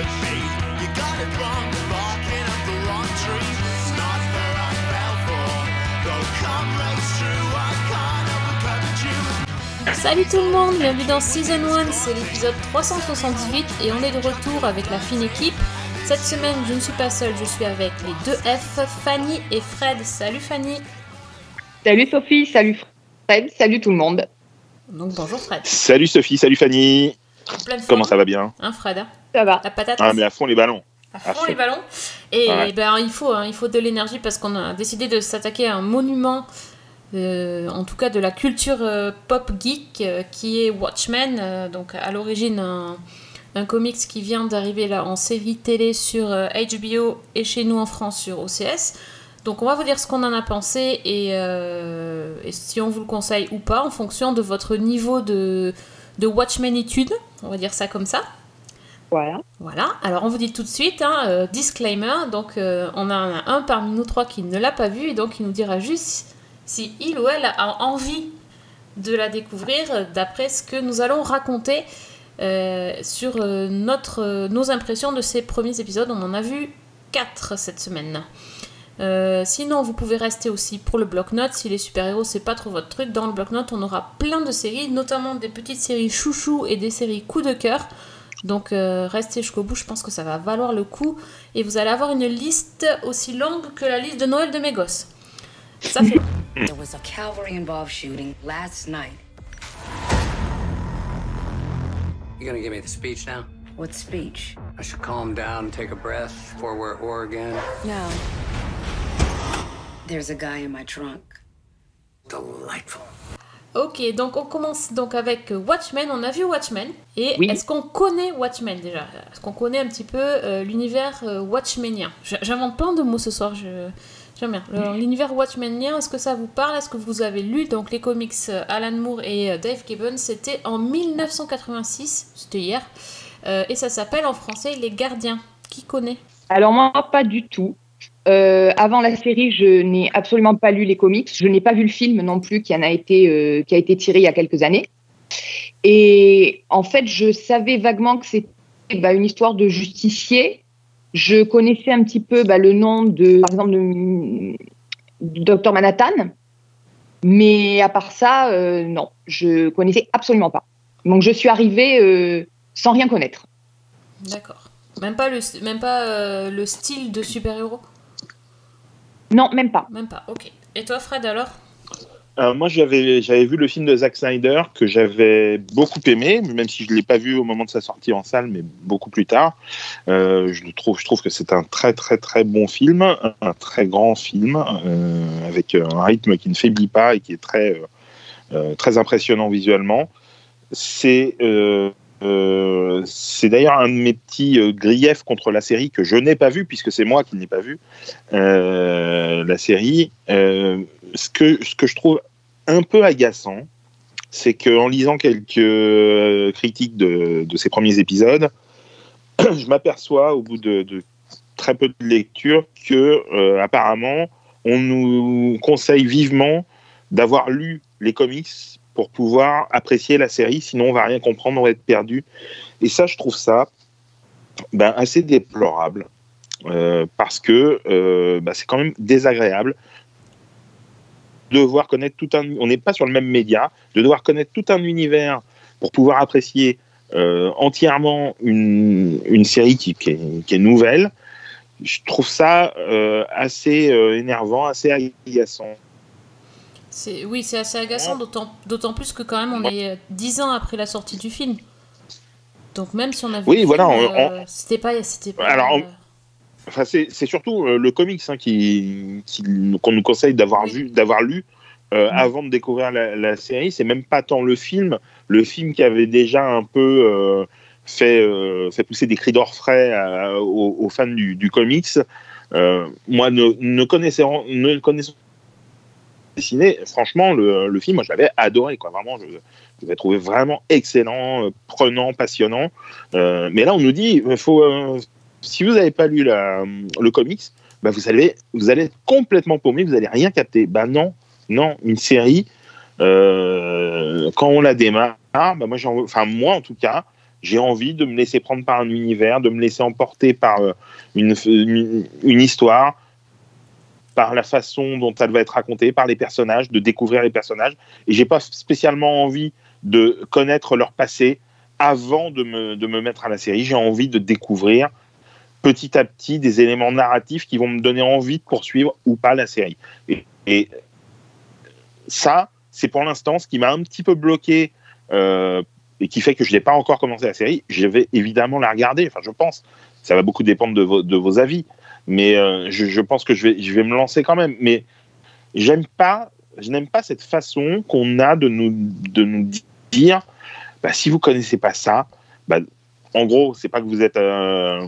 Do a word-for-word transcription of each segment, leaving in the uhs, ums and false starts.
should be. You got it wrong, barking up the wrong tree. It's not where I fell for. Though come race true, I can't help but covet you. Salut tout le monde, bienvenue dans Season un, c'est l'épisode trois cent soixante-dix-huit et on est de retour avec la fine équipe. Cette semaine, je ne suis pas seule, je suis avec les deux F, Fanny et Fred. Salut Fanny. Salut Sophie, salut Fred, salut tout le monde. Donc bonjour Fred. Salut Sophie, salut Fanny. Pleine forme. Comment ça va bien? Hein Fred hein Ça va. La patate. Ah mais à fond les ballons. À fond, à fond les ballons. Et ouais. ben, il, faut, hein, il faut de l'énergie parce qu'on a décidé de s'attaquer à un monument, euh, en tout cas de la culture euh, pop geek, euh, qui est Watchmen. Euh, donc à l'origine un, un comics qui vient d'arriver là en série télé sur euh, H B O et chez nous en France sur O C S. Donc on va vous dire ce qu'on en a pensé et, euh, et si on vous le conseille ou pas en fonction de votre niveau de, de Watchmenitude, on va dire ça comme ça. Voilà. Voilà, alors on vous dit tout de suite, hein, euh, disclaimer, donc euh, on a un, un parmi nous trois qui ne l'a pas vu et donc il nous dira juste si il ou elle a envie de la découvrir d'après ce que nous allons raconter euh, sur euh, notre, euh, nos impressions de ces premiers épisodes. On en a vu quatre cette semaine. Euh, sinon vous pouvez rester aussi pour le bloc-notes si les super-héros c'est pas trop votre truc. Dans le bloc-notes on aura plein de séries, notamment des petites séries chouchou et des séries coup de cœur. Donc euh, restez jusqu'au bout, je pense que ça va valoir le coup. Et vous allez avoir une liste aussi longue que la liste de Noël de mes gosses. Ça fait... There was a cavalry-involved shooting last night. You gonna give me the speech now? What speech? I should calm down and take a breath before we're at war again. No. There's a guy in my trunk. Delightful. Ok, donc on commence donc avec Watchmen. On a vu Watchmen. Et oui. Est-ce qu'on connaît Watchmen déjà? Est-ce qu'on connaît un petit peu euh, l'univers euh, Watchmenien? J'invente plein de mots ce soir, je... j'aime bien. Le, l'univers Watchmenien, est-ce que ça vous parle? Est-ce que vous avez lu donc les comics euh, Alan Moore et euh, Dave Gibbons? C'était en dix-neuf cent quatre-vingt-six, c'était hier. Euh, et ça s'appelle en français Les Gardiens. Qui connaît? Alors moi, pas du tout. Euh, avant la série, je n'ai absolument pas lu les comics. Je n'ai pas vu le film non plus qui en a été, euh, qui a été tiré il y a quelques années. Et en fait, je savais vaguement que c'était bah, une histoire de justicier. Je connaissais un petit peu bah, le nom de, par exemple, de, de docteur Manhattan. Mais à part ça, euh, non, je connaissais absolument pas. Donc je suis arrivée euh, sans rien connaître. D'accord. Même pas le, même pas, euh, le style de super-héros? Non, même pas. Même pas, ok. Et toi, Fred, alors? euh, Moi, j'avais, j'avais vu le film de Zack Snyder que j'avais beaucoup aimé, même si je ne l'ai pas vu au moment de sa sortie en salle, mais beaucoup plus tard. Euh, je, trouve, je trouve que c'est un très, très, très bon film, un très grand film, euh, avec un rythme qui ne faiblit pas et qui est très, euh, très impressionnant visuellement. C'est... Euh, Euh, c'est d'ailleurs un de mes petits euh, griefs contre la série que je n'ai pas vu, puisque c'est moi qui ne l'ai pas vu, euh, la série. Euh, ce, que, ce que je trouve un peu agaçant, c'est qu'en lisant quelques euh, critiques de, de ces premiers épisodes, je m'aperçois au bout de, de très peu de lecture que euh, apparemment on nous conseille vivement d'avoir lu les comics pour pouvoir apprécier la série, sinon on va rien comprendre, on va être perdu. Et ça, je trouve ça ben, assez déplorable, euh, parce que euh, ben, c'est quand même désagréable de devoir connaître tout un... On n'est pas sur le même média, de devoir connaître tout un univers pour pouvoir apprécier euh, entièrement une, une série qui, qui, est, qui est nouvelle. Je trouve ça euh, assez euh, énervant, assez agaçant. C'est, oui, c'est assez agaçant, d'autant, d'autant plus que quand même on est dix ans après la sortie du film. Donc même si on a vu oui, le voilà, film, on, euh, on... c'était pas... C'était pas Alors, euh... on... enfin, c'est, c'est surtout euh, le comics hein, qui, qui, qu'on nous conseille d'avoir, oui. vu, d'avoir lu euh, mmh. avant de découvrir la, la série. C'est même pas tant le film. Le film qui avait déjà un peu euh, fait, euh, fait pousser des cris d'orfraie à, aux, aux fans du, du comics. Euh, moi, ne, ne connaissant... Ne connaissant dessiné, franchement, le, le film, moi, je l'avais adoré, quoi. Vraiment, je, je l'avais trouvé vraiment excellent, euh, prenant, passionnant. Euh, mais là, on nous dit, faut, euh, si vous n'avez pas lu la, le comics, bah, vous allez, vous allez être complètement paumé, vous n'allez rien capter. Bah non, non, une série, euh, quand on la démarre, bah, moi, j'en, enfin, moi, en tout cas, j'ai envie de me laisser prendre par un univers, de me laisser emporter par euh, une, une, une histoire, par la façon dont elle va être racontée, par les personnages, de découvrir les personnages. Et j'ai pas spécialement envie de connaître leur passé avant de me, de me mettre à la série. J'ai envie de découvrir petit à petit des éléments narratifs qui vont me donner envie de poursuivre ou pas la série. Et, et ça, c'est pour l'instant ce qui m'a un petit peu bloqué euh, et qui fait que je n'ai pas encore commencé la série. Je vais évidemment la regarder, enfin je pense. Ça va beaucoup dépendre de vos, de vos avis. Mais euh, je, je pense que je vais, je vais me lancer quand même. Mais j'aime pas, je n'aime pas cette façon qu'on a de nous, de nous dire bah, si vous ne connaissez pas ça, bah, en gros, c'est pas que vous êtes euh,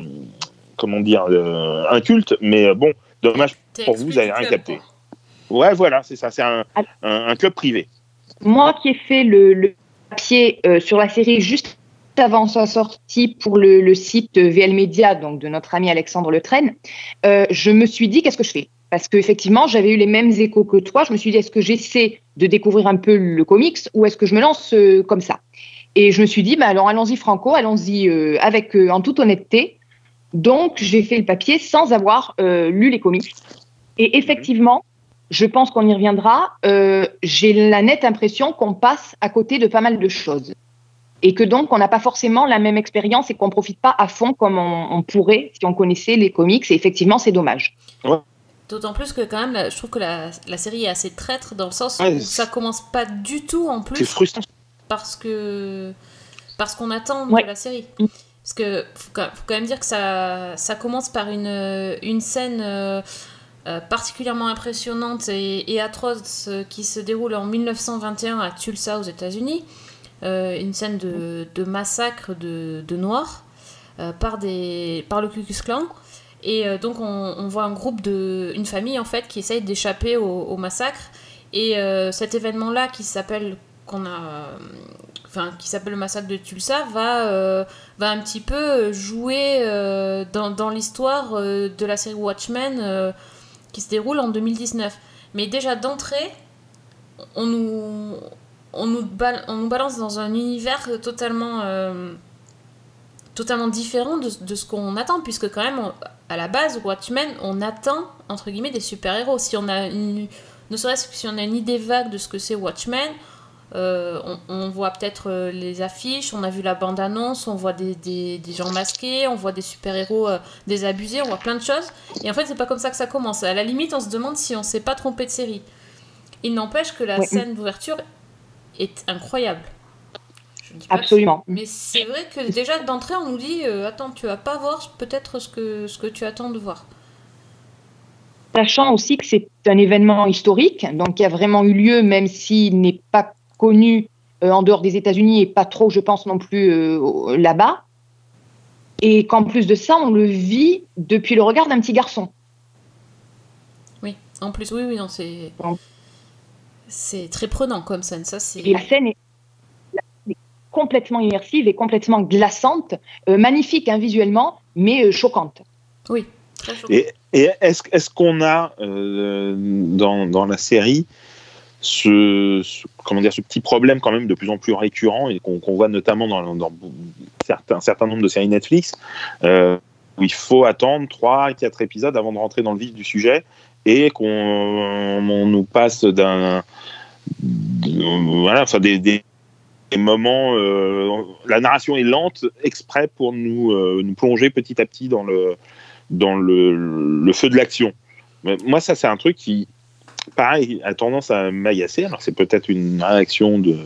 comment dire euh, inculte, mais bon, dommage T'es pour vous, vous n'avez rien club, capté. Quoi. Ouais, voilà, c'est ça, c'est un, un, un club privé. Moi qui ai fait le, le papier euh, sur la série juste avant sa sortie pour le, le site V L Media, donc de notre ami Alexandre Letraine, euh, je me suis dit, qu'est-ce que je fais ? Parce qu'effectivement, j'avais eu les mêmes échos que toi. Je me suis dit, est-ce que j'essaie de découvrir un peu le comics ou est-ce que je me lance euh, comme ça ? Et je me suis dit, bah, alors allons-y franco, allons-y euh, avec, euh, en toute honnêteté. Donc, j'ai fait le papier sans avoir euh, lu les comics. Et effectivement, je pense qu'on y reviendra. Euh, j'ai la nette impression qu'on passe à côté de pas mal de choses. Et que donc, on n'a pas forcément la même expérience et qu'on ne profite pas à fond comme on, on pourrait si on connaissait les comics. Et effectivement, c'est dommage. Ouais. D'autant plus que quand même, je trouve que la, la série est assez traître dans le sens Ouais, où ça commence pas du tout en plus. C'est frustrant. Parce que parce qu'on attend Ouais. de la série. Parce que faut quand, faut quand même dire que ça, ça commence par une, une scène euh, euh, particulièrement impressionnante et, et atroce euh, qui se déroule en mille neuf cent vingt et un à Tulsa aux États-Unis. Euh, une scène de, de massacre de, de Noirs euh, par, des, par le Ku Klux Klan. Et euh, donc on, on voit un groupe de, une famille en fait qui essaye d'échapper au, au massacre. Et euh, cet événement-là qui s'appelle qu'on a, enfin qui s'appelle le massacre de Tulsa va euh, va un petit peu jouer euh, dans, dans l'histoire euh, de la série Watchmen euh, qui se déroule en deux mille dix-neuf. Mais déjà d'entrée, on nous on nous, bal- on nous balance dans un univers totalement euh, totalement différent de, de ce qu'on attend, puisque quand même on, à la base Watchmen on attend entre guillemets des super-héros. Si on a une, ne serait-ce que si on a une idée vague de ce que c'est Watchmen, Euh, on, on voit peut-être euh, les affiches, on a vu la bande-annonce, on voit des, des, des gens masqués, on voit des super-héros euh, désabusés, on voit plein de choses. Et en fait, c'est pas comme ça que ça commence. À la limite, on se demande si on s'est pas trompé de série. Il n'empêche que la Ouais. scène d'ouverture est incroyable. Je ne dis pas Absolument. que- Mais c'est vrai que déjà d'entrée, on nous dit euh, attends, tu vas pas voir peut-être ce que, ce que tu attends de voir. Sachant aussi que c'est un événement historique, donc qui a vraiment eu lieu, même s'il n'est pas connu euh, en dehors des États-Unis et pas trop, je pense, non plus euh, là-bas. Et qu'en plus de ça, on le vit depuis le regard d'un petit garçon. Oui, en plus, oui, oui, non, c'est. Donc- C'est très prenant comme scène, ça c'est. Et la scène est, la scène est complètement immersive et complètement glaçante, euh, magnifique hein, visuellement, mais euh, choquante. Oui, très choquant. Et, et est-ce, est-ce qu'on a euh, dans, dans la série ce, ce, comment dire, ce petit problème quand même de plus en plus récurrent et qu'on, qu'on voit notamment dans, dans certains, un certain nombre de séries Netflix euh, où il faut attendre trois à quatre épisodes avant de rentrer dans le vif du sujet et qu'on on nous passe d'un voilà, enfin des, des, des moments euh, la narration est lente exprès pour nous, euh, nous plonger petit à petit dans le dans le, le feu de l'action. Mais moi, ça, c'est un truc qui, pareil, a tendance à m'agacer. Alors, c'est peut-être une réaction de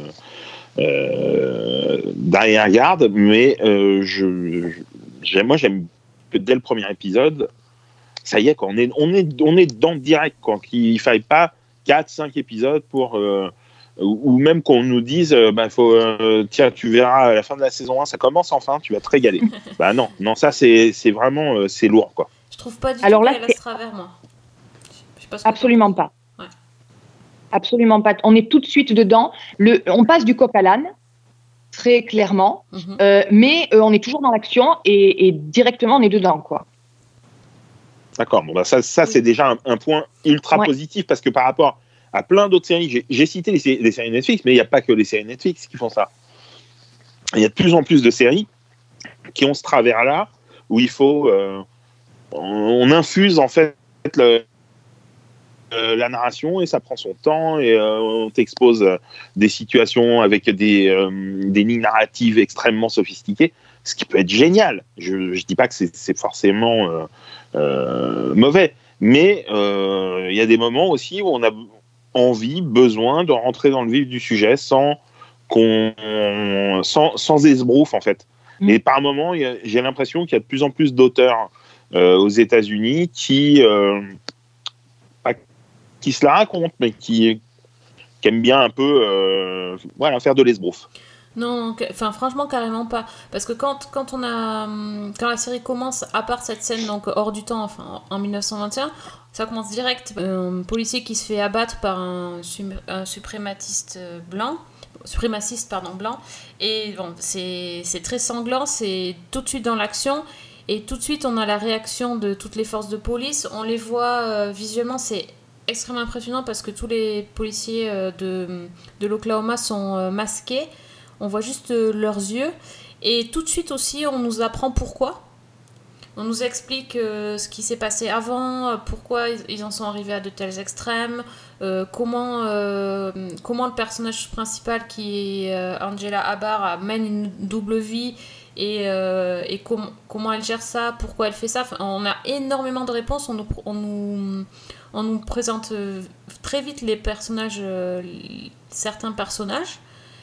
euh, d'arrière-garde, mais euh, je, je, j'aime, moi, j'aime que dès le premier épisode, ça y est, quoi, on est, on est, on est dans le direct, quoi, qu'il ne faille pas quatre cinq épisodes pour... Euh, ou même qu'on nous dise euh, bah, faut, euh, tiens, tu verras à la fin de la saison un, ça commence enfin, tu vas te régaler. Bah non, non, ça c'est, c'est vraiment euh, c'est lourd, quoi. Je trouve pas du Alors tout là, qu'elle c'est- laisse travers, moi. Je sais pas ce que Absolument pas. Ouais. Absolument pas. On est tout de suite dedans. Le, on passe du coq à l'âne, très clairement, t'en- Mhm. euh, mais euh, on est toujours dans l'action et, et directement on est dedans, quoi. D'accord, bon, bah ça, ça Oui. c'est déjà un, un point ultra Ouais. positif parce que par rapport à plein d'autres séries, j'ai, j'ai cité les, sé- les séries Netflix, mais il n'y a pas que les séries Netflix qui font ça. il y a de plus en plus de séries qui ont ce travers-là, où il faut... Euh, on, on infuse, en fait, le, euh, la narration, et ça prend son temps, et euh, on t'expose euh, des situations avec des, euh, des lignes narratives extrêmement sophistiquées, ce qui peut être génial. Je ne dis pas que c'est, c'est forcément euh, euh, mauvais, mais euh, il y a des moments aussi où on a envie, besoin de rentrer dans le vif du sujet sans, qu'on, sans, sans esbrouf, en fait. Mmh. Et par moments, y a, j'ai l'impression qu'il y a de plus en plus d'auteurs euh, aux États-Unis qui, euh, qui se la racontent, mais qui, qui aiment bien un peu euh, voilà, faire de l'esbrouf. Non, enfin franchement carrément pas, parce que quand, quand on a quand la série commence, à part cette scène donc hors du temps, enfin en dix-neuf cent vingt et un, ça commence direct, un policier qui se fait abattre par un, un suprématiste blanc, suprémaciste pardon blanc, et bon c'est c'est très sanglant, c'est tout de suite dans l'action, et tout de suite on a la réaction de toutes les forces de police, on les voit euh, visuellement, c'est extrêmement impressionnant parce que tous les policiers euh, de de l'Oklahoma sont euh, masqués. On voit juste euh, leurs yeux. Et tout de suite aussi, on nous apprend pourquoi. On nous explique euh, ce qui s'est passé avant, euh, pourquoi ils, ils en sont arrivés à de tels extrêmes, euh, comment, euh, comment le personnage principal qui est euh, Angela Abar mène une double vie et, euh, et com- comment elle gère ça, pourquoi elle fait ça. Enfin, on a énormément de réponses. On nous, on nous, on nous présente euh, très vite les personnages, euh, certains personnages.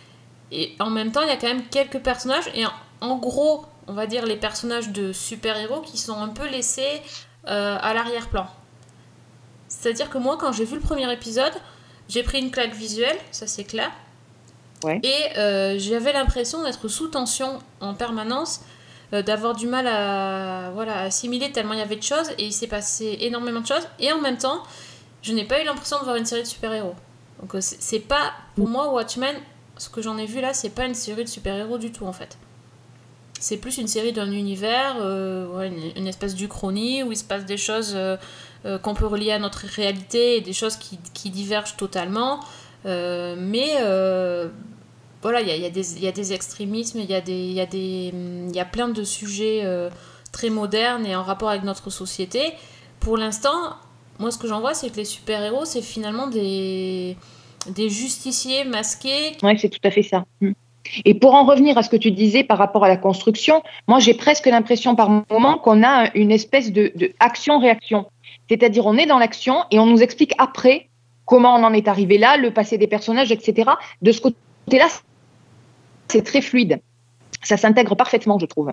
Et en même temps, il y a quand même quelques personnages, et en, en gros, on va dire les personnages de super-héros qui sont un peu laissés euh, à l'arrière-plan. C'est-à-dire que moi, quand j'ai vu le premier épisode, j'ai pris une claque visuelle, ça c'est clair, ouais. et euh, j'avais l'impression d'être sous tension en permanence, euh, d'avoir du mal à voilà, assimiler tellement il y avait de choses, et il s'est passé énormément de choses, et en même temps, je n'ai pas eu l'impression de voir une série de super-héros. Donc c'est, c'est pas, pour moi, Watchmen... Ce que j'en ai vu là, c'est pas une série de super-héros du tout en fait. C'est plus une série d'un univers, euh, ouais, une, une espèce d'uchronie où il se passe des choses euh, euh, qu'on peut relier à notre réalité et des choses qui, qui divergent totalement. Euh, mais euh, voilà, il y a, y a des, y a des extrémismes, il y a des, y a des, y a plein de sujets euh, très modernes et en rapport avec notre société. Pour l'instant, moi ce que j'en vois, c'est que les super-héros, c'est finalement des... des justiciers masqués. Oui, c'est tout à fait ça. Et pour en revenir à ce que tu disais par rapport à la construction, moi j'ai presque l'impression par moment qu'on a une espèce de, de action-réaction. C'est-à-dire on est dans l'action et on nous explique après comment on en est arrivé là, le passé des personnages, et cetera. De ce côté-là, c'est très fluide. Ça s'intègre parfaitement, je trouve.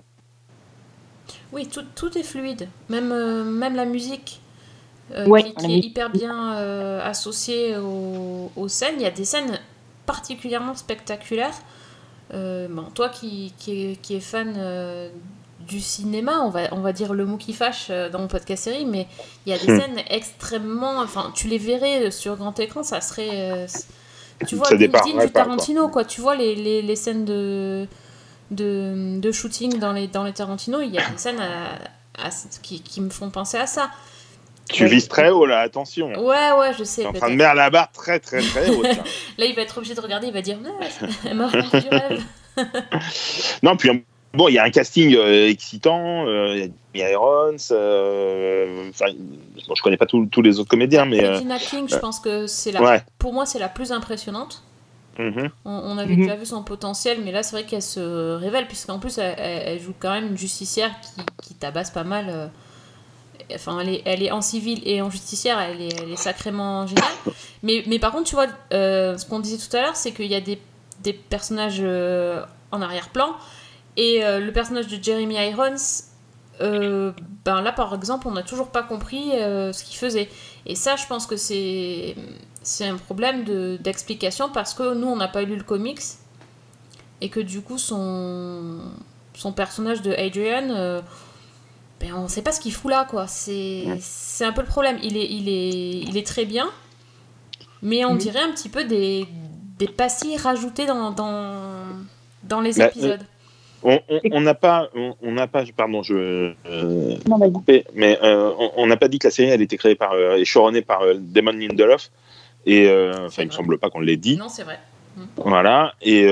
Oui, tout, tout est fluide. Même, euh, même la musique. Euh, ouais, qui, qui est hyper bien euh, associée aux, aux scènes. Il y a des scènes particulièrement spectaculaires. Euh, bon, toi qui, qui, est, qui est fan euh, du cinéma, on va, on va dire le mot qui fâche euh, dans mon podcast série, mais il y a des mmh. scènes extrêmement... Enfin, tu les verrais sur grand écran, ça serait... Euh, tu vois, digne du Tarantino, quoi. quoi. Tu vois les, les, les scènes de, de, de shooting dans les, dans les Tarantino, il y a des scènes à, à, qui, qui me font penser à ça. Tu ouais. vises très haut là, attention. Ouais, ouais, je sais. T'es en train de mettre la barre très, très, très haute. Là, là il va être obligé de regarder, il va dire ouais, elle m'a vendu du rêve. Non, puis bon, il y a un casting euh, excitant, il euh, y a Jeremy Irons, euh, bon, je connais pas tous les autres comédiens, mais. Regina euh, King, je euh, pense que c'est la. Ouais. Pour moi, c'est la plus impressionnante. Mm-hmm. On, on avait mm-hmm. déjà vu son potentiel, mais là, c'est vrai qu'elle se révèle, puisqu'en plus, elle, elle joue quand même une justicière qui, qui tabasse pas mal. Euh, Enfin, elle est, elle est en civil et en justicière, elle est, elle est sacrément géniale. Mais, mais par contre, tu vois, euh, ce qu'on disait tout à l'heure, c'est qu'il y a des, des personnages euh, en arrière-plan. Et euh, le personnage de Jeremy Irons, euh, ben là, par exemple, on n'a toujours pas compris euh, ce qu'il faisait. Et ça, je pense que c'est, c'est un problème de, d'explication parce que nous, on n'a pas lu le comics. Et que du coup, son, son personnage de Adrian... Euh, ben on ne sait pas ce qu'il fout là, quoi. C'est, ouais. c'est un peu le problème. Il est, il, est, il est très bien, mais on mmh. dirait un petit peu des, des pastilles rajoutées dans, dans, dans les bah, épisodes. Euh, on n'a pas, on n'a pas, pardon, je, euh, non, mais euh, on n'a pas dit que la série elle était créée par euh, et showrunnée par euh, Damon Lindelof, et enfin, euh, il me semble pas qu'on l'ait dit. Non, c'est vrai. Mmh. Voilà, et euh,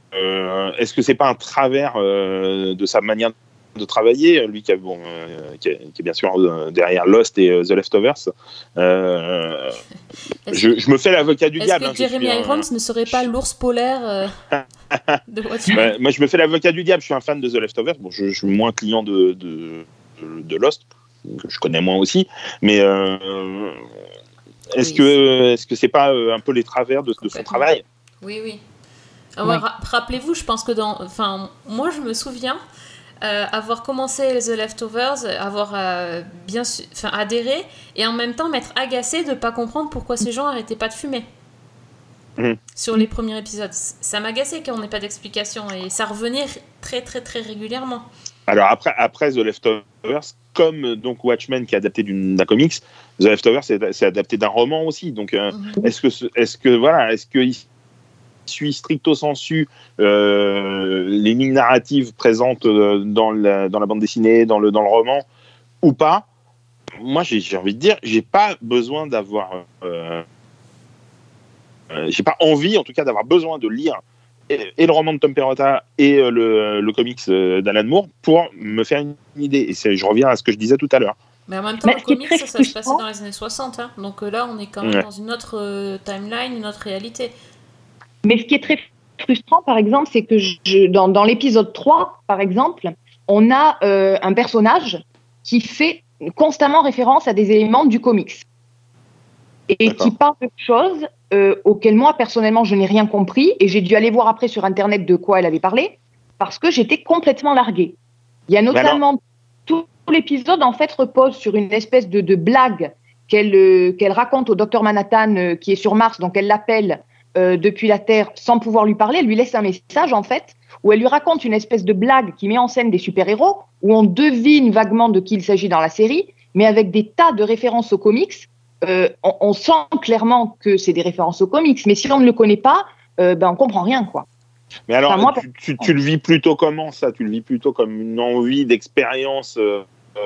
euh, est-ce que c'est pas un travers euh, de sa manière de travailler, lui qui, a, bon, euh, qui, est, qui est bien sûr euh, derrière Lost et euh, The Leftovers. Euh, je, je me fais l'avocat du est-ce diable. Est-ce que hein, Jeremy suis, Irons euh, ne serait pas l'ours polaire euh, de Watchmen? bah, moi, je me fais l'avocat du diable. Je suis un fan de The Leftovers. Bon, je, je suis moins client de, de, de, de Lost, que je connais moins aussi. Mais euh, est-ce oui, que est-ce que c'est pas euh, un peu les travers de, de son travail? Oui, oui. Alors, ouais. ra- rappelez-vous, je pense que dans, enfin, moi, je me souviens. Euh, avoir commencé The Leftovers, avoir euh, bien su- adhéré et en même temps m'être agacé de ne pas comprendre pourquoi ces gens n'arrêtaient pas de fumer mmh. sur les premiers épisodes. Ça m'agaçait qu'on n'ait pas d'explication et ça revenait très très très régulièrement. Alors après, après The Leftovers, comme donc Watchmen qui est adapté d'une, d'un comics, The Leftovers c'est, c'est adapté d'un roman aussi. Donc euh, mmh. est-ce que est-ce que voilà, est-ce que suit stricto sensu euh, les lignes narratives présentes euh, dans, la, dans la bande dessinée, dans le, dans le roman, ou pas? Moi, j'ai, j'ai envie de dire, j'ai pas besoin d'avoir... Euh, euh, j'ai pas envie, en tout cas, d'avoir besoin de lire et, et le roman de Tom Perrotta et euh, le, le comics euh, d'Alan Moore pour me faire une idée. Et c'est, je reviens à ce que je disais tout à l'heure. Mais en même temps, mais le comics, ça, ça se passait dans les années soixante. Hein. Donc euh, là, on est quand même ouais. dans une autre euh, timeline, une autre réalité. Mais ce qui est très frustrant, par exemple, c'est que je, dans, dans l'épisode trois, par exemple, on a euh, un personnage qui fait constamment référence à des éléments du comics et D'accord. qui parle de choses euh, auxquelles moi, personnellement, je n'ai rien compris et j'ai dû aller voir après sur Internet de quoi elle avait parlé parce que j'étais complètement larguée. Il y a notamment... Tout, tout l'épisode, en fait, repose sur une espèce de, de blague qu'elle, euh, qu'elle raconte au docteur Manhattan euh, qui est sur Mars, donc elle l'appelle... Euh, depuis la Terre sans pouvoir lui parler, elle lui laisse un message en fait où elle lui raconte une espèce de blague qui met en scène des super-héros où on devine vaguement de qui il s'agit dans la série, mais avec des tas de références aux comics. Euh, on, on sent clairement que c'est des références aux comics, mais si on ne le connaît pas, euh, ben on comprend rien quoi. Mais alors, enfin, moi, tu, tu, tu le vis plutôt comment ça? Tu le vis plutôt comme une envie d'expérience, euh,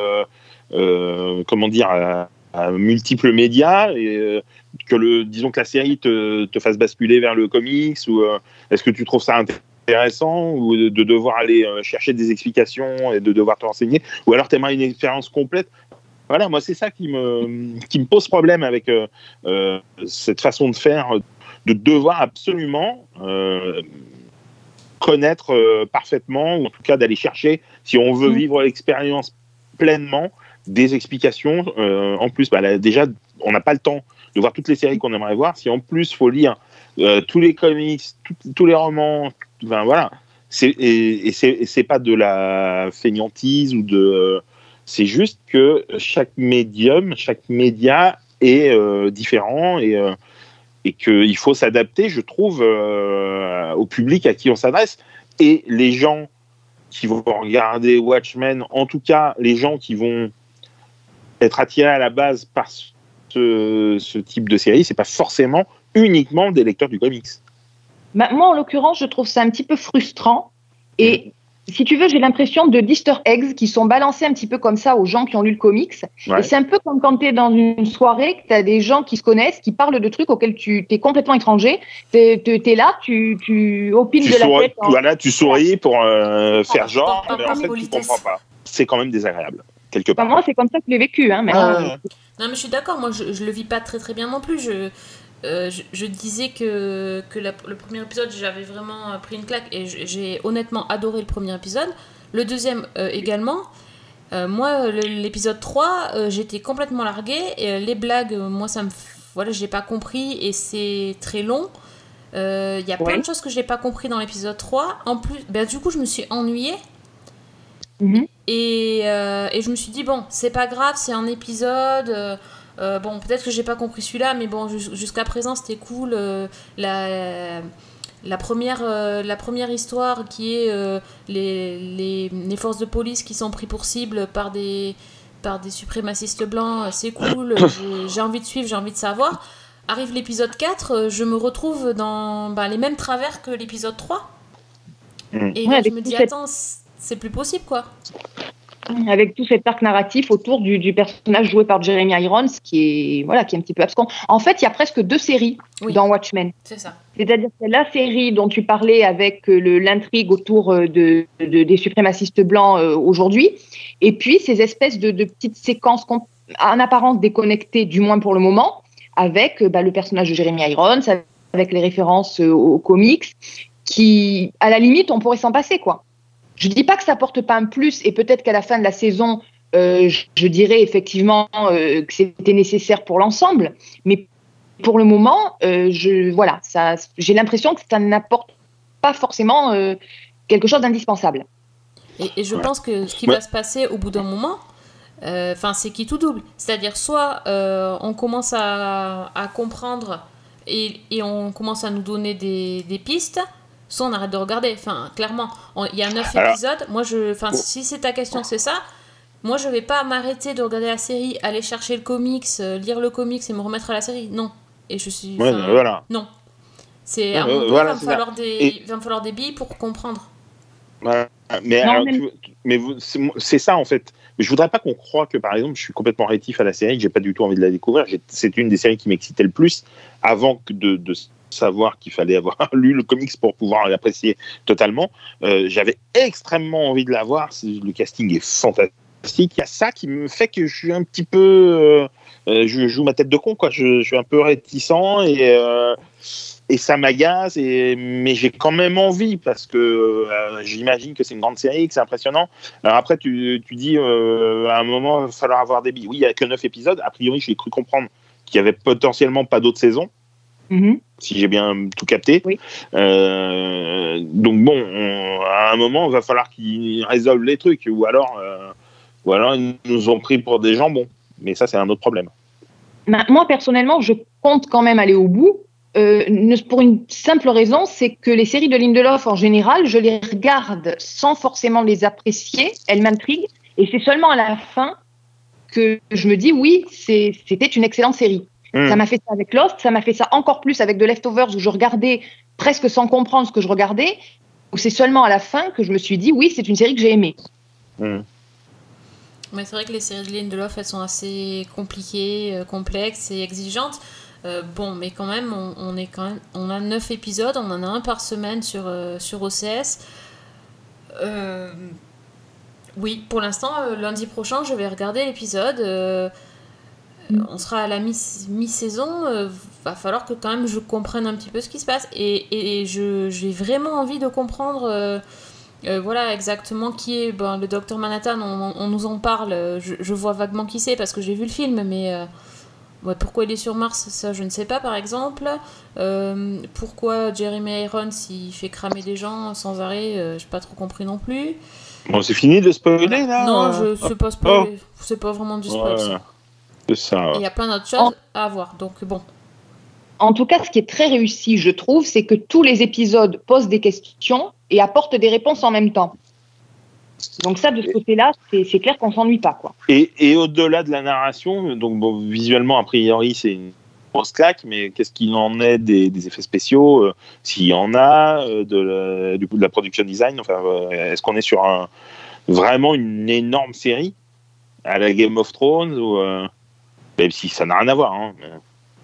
euh, comment dire, à, à multiples médias et euh, que le, disons que la série te, te fasse basculer vers le comics ou euh, est-ce que tu trouves ça intéressant ou de, de devoir aller euh, chercher des explications et de devoir te renseigner ou alors tu aimerais une expérience complète? Voilà, moi c'est ça qui me, qui me pose problème avec euh, euh, cette façon de faire, de devoir absolument euh, connaître euh, parfaitement ou en tout cas d'aller chercher, si on veut vivre l'expérience pleinement, des explications. Euh, en plus, bah, là, déjà, on n'a pas le temps de voir toutes les séries qu'on aimerait voir. Si en plus, il faut lire euh, tous les comics, tout, tous les romans, tout, enfin, voilà. C'est, et, et, c'est, et c'est pas de la fainéantise ou de... Euh, c'est juste que chaque médium, chaque média est euh, différent et, euh, et qu'il faut s'adapter, je trouve, euh, au public à qui on s'adresse. Et les gens qui vont regarder Watchmen, en tout cas, les gens qui vont être attirés à la base par ce, ce type de série, c'est pas forcément uniquement des lecteurs du comics. Bah, moi, en l'occurrence, je trouve ça un petit peu frustrant. Et mmh. si tu veux, j'ai l'impression de d'Easter eggs qui sont balancés un petit peu comme ça aux gens qui ont lu le comics. Ouais. Et c'est un peu comme quand tu es dans une soirée, que tu as des gens qui se connaissent, qui parlent de trucs auxquels tu es complètement étranger. Tu es là, tu, tu opines tu de souris, la tête. En... Voilà, tu souris pour euh, faire genre, mais en fait, tu comprends pas. C'est quand même désagréable. Quelque part. Enfin, moi, c'est comme ça que je l'ai vécu. Hein, ah, ouais. Non, mais je suis d'accord. Moi, je, je le vis pas très très bien non plus. Je, euh, je, je disais que, que la, le premier épisode, j'avais vraiment pris une claque et j'ai honnêtement adoré le premier épisode. Le deuxième euh, également. Euh, moi, le, l'épisode trois, euh, j'étais complètement larguée. Et les blagues, moi, ça me, voilà, j'ai pas compris et c'est très long. Il euh, y a plein ouais. de choses que j'ai pas compris dans l'épisode trois. En plus, ben, du coup, je me suis ennuyée. Mmh. Et, euh, et je me suis dit, bon, c'est pas grave, c'est un épisode. Euh, euh, bon, peut-être que j'ai pas compris celui-là, mais bon, jus- jusqu'à présent, c'était cool. Euh, la, la, première, euh, la première histoire qui est euh, les, les, les forces de police qui sont pris pour cible par des, par des suprémacistes blancs, c'est cool. j'ai, j'ai envie de suivre, j'ai envie de savoir. Arrive l'épisode quatre, je me retrouve dans ben, les mêmes travers que l'épisode trois. Mmh. Et là, ouais, je me dis, attends. C'est plus possible, quoi. Avec tout cet arc narratif autour du, du personnage joué par Jeremy Irons, qui est, voilà, qui est un petit peu abscon. En fait, il y a presque deux séries oui. dans Watchmen. C'est ça. C'est-à-dire que la série dont tu parlais avec euh, le, l'intrigue autour euh, de, de- des suprémacistes blancs euh, aujourd'hui, et puis ces espèces de, de petites séquences com- en apparence déconnectées, du moins pour le moment, avec euh, bah, le personnage de Jeremy Irons, avec les références euh, aux comics, qui, à la limite, on pourrait s'en passer, quoi. Je dis pas que ça porte pas un plus, et peut-être qu'à la fin de la saison, euh, je, je dirais effectivement euh, que c'était nécessaire pour l'ensemble, mais pour le moment, euh, je, voilà, ça, j'ai l'impression que ça n'apporte pas forcément euh, quelque chose d'indispensable. Et, et je Ouais. pense que ce qui Ouais. va se passer au bout d'un moment, enfin, c'est qui tout double. C'est-à-dire, soit euh, on commence à, à comprendre et, et on commence à nous donner des, des pistes, soit on arrête de regarder. Enfin, clairement, on- il y a neuf Alors- épisodes. Moi, je, enfin, Oh. si c'est ta question, c'est ça. Moi, je vais pas m'arrêter de regarder la série, aller chercher le comics, euh, lire le comics et me remettre à la série. Non. Et je suis. Ouais, enfin, voilà. Non. C'est Ouais, à un moment ouais, donné, voilà, il va me c'est falloir ça. des, Et- il va me falloir des billes pour comprendre. Voilà. Mais Non, alors, même- tu- mais vous- c'est, c'est ça en fait. Mais je voudrais pas qu'on croie que par exemple, je suis complètement rétif à la série, que j'ai pas du tout envie de la découvrir. J'ai- c'est une des séries qui m'excitait le plus avant que de, de savoir qu'il fallait avoir lu le comics pour pouvoir l'apprécier totalement. Euh, j'avais extrêmement envie de la voir. C'est- le casting est fantastique. Il y a ça qui me fait que je suis un petit peu, euh, euh, je joue ma tête de con quoi. Je, je suis un peu réticent et euh, et ça m'agace, et, mais j'ai quand même envie parce que euh, j'imagine que c'est une grande série, que c'est impressionnant. Alors après, tu, tu dis euh, à un moment, il va falloir avoir des billes. Oui, il n'y a que neuf épisodes. A priori, j'ai cru comprendre qu'il n'y avait potentiellement pas d'autres saisons, Mhm. si j'ai bien tout capté. Oui. Euh, donc bon, on- à un moment, il va falloir qu'ils résolvent les trucs, ou alors, euh, ou alors ils nous ont pris pour des jambons. Mais ça, c'est un autre problème. Ma- Moi, personnellement, je compte quand même aller au bout. Euh, ne- pour une simple raison, c'est que les séries de Lindelof, en général, je les regarde sans forcément les apprécier. Elles m'intriguent. Et c'est seulement à la fin que je me dis, oui, c'est- c'était une excellente série. Mmh. Ça m'a fait ça avec Lost, ça m'a fait ça encore plus avec The Leftovers, où je regardais presque sans comprendre ce que je regardais. Où c'est seulement à la fin que je me suis dit, oui, c'est une série que j'ai aimée. Mmh. Mais c'est vrai que les séries de Lindelof, elles sont assez compliquées, euh, complexes et exigeantes. Euh, bon, mais quand même, on, on est quand même, on a neuf épisodes, on en a un par semaine sur, euh, sur O C S. Euh, oui, pour l'instant, euh, lundi prochain, je vais regarder l'épisode. Euh, Mm. On sera à la mi- mi-saison. Euh, va falloir que quand même je comprenne un petit peu ce qui se passe. Et, et, et je, j'ai vraiment envie de comprendre. Euh, euh, voilà exactement qui est ben, le docteur Manhattan. On, on nous en parle. Je, je vois vaguement qui c'est parce que j'ai vu le film, mais euh, ouais, pourquoi il est sur Mars, ça je ne sais pas par exemple. Euh, pourquoi Jeremy Irons il fait cramer des gens sans arrêt, euh, j'ai pas trop compris non plus. Bon, c'est fini de spoiler Voilà. là. Non, euh je c'est pas spoiler. C'est pas vraiment du spoil. Ouais, ça. c'est ça. Et ouais. il y a plein d'autres choses En- à voir. Donc bon. En tout cas, ce qui est très réussi, je trouve, c'est que tous les épisodes posent des questions et apportent des réponses en même temps. Donc ça, de ce côté-là, c'est, c'est clair qu'on s'ennuie pas, quoi. Et, et au-delà de la narration, donc bon, visuellement, a priori, c'est une grosse claque, mais qu'est-ce qu'il en est des, des effets spéciaux, euh, s'il y en a, euh, de la, du coup de la production design, enfin, euh, est-ce qu'on est sur un, vraiment une énorme série à la Game of Thrones, ou, euh, même si ça n'a rien à voir. Hein, mais...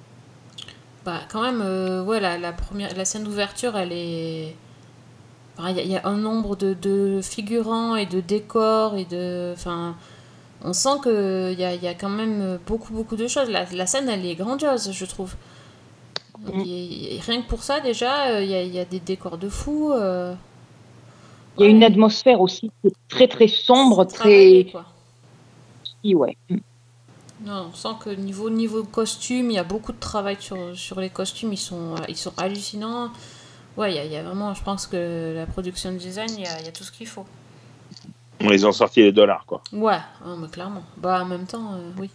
Bah, quand même, euh, ouais, la, la, première, la scène d'ouverture, elle est. Il y, a- y a un nombre de, de figurants et de décors et de. Enfin, on sent qu'il y a, y a quand même beaucoup, beaucoup de choses. La, la scène, elle est grandiose, je trouve. Donc, Mm. y- y- rien que pour ça, déjà, il y a, y a des décors de fou. euh, Il y a une ouais, atmosphère aussi qui est très, très sombre, c'est travaillé, très... quoi. Ouais. Non, on sent que niveau, niveau costume, il y a beaucoup de travail sur, sur les costumes. Ils sont, ils sont hallucinants. Ouais, il y, a- il y a vraiment, je pense que la production design, il y a, il y a tout ce qu'il faut. On les ont sortis les dollars, quoi. Ouais, hein, mais clairement. Bah, en même temps, euh, oui.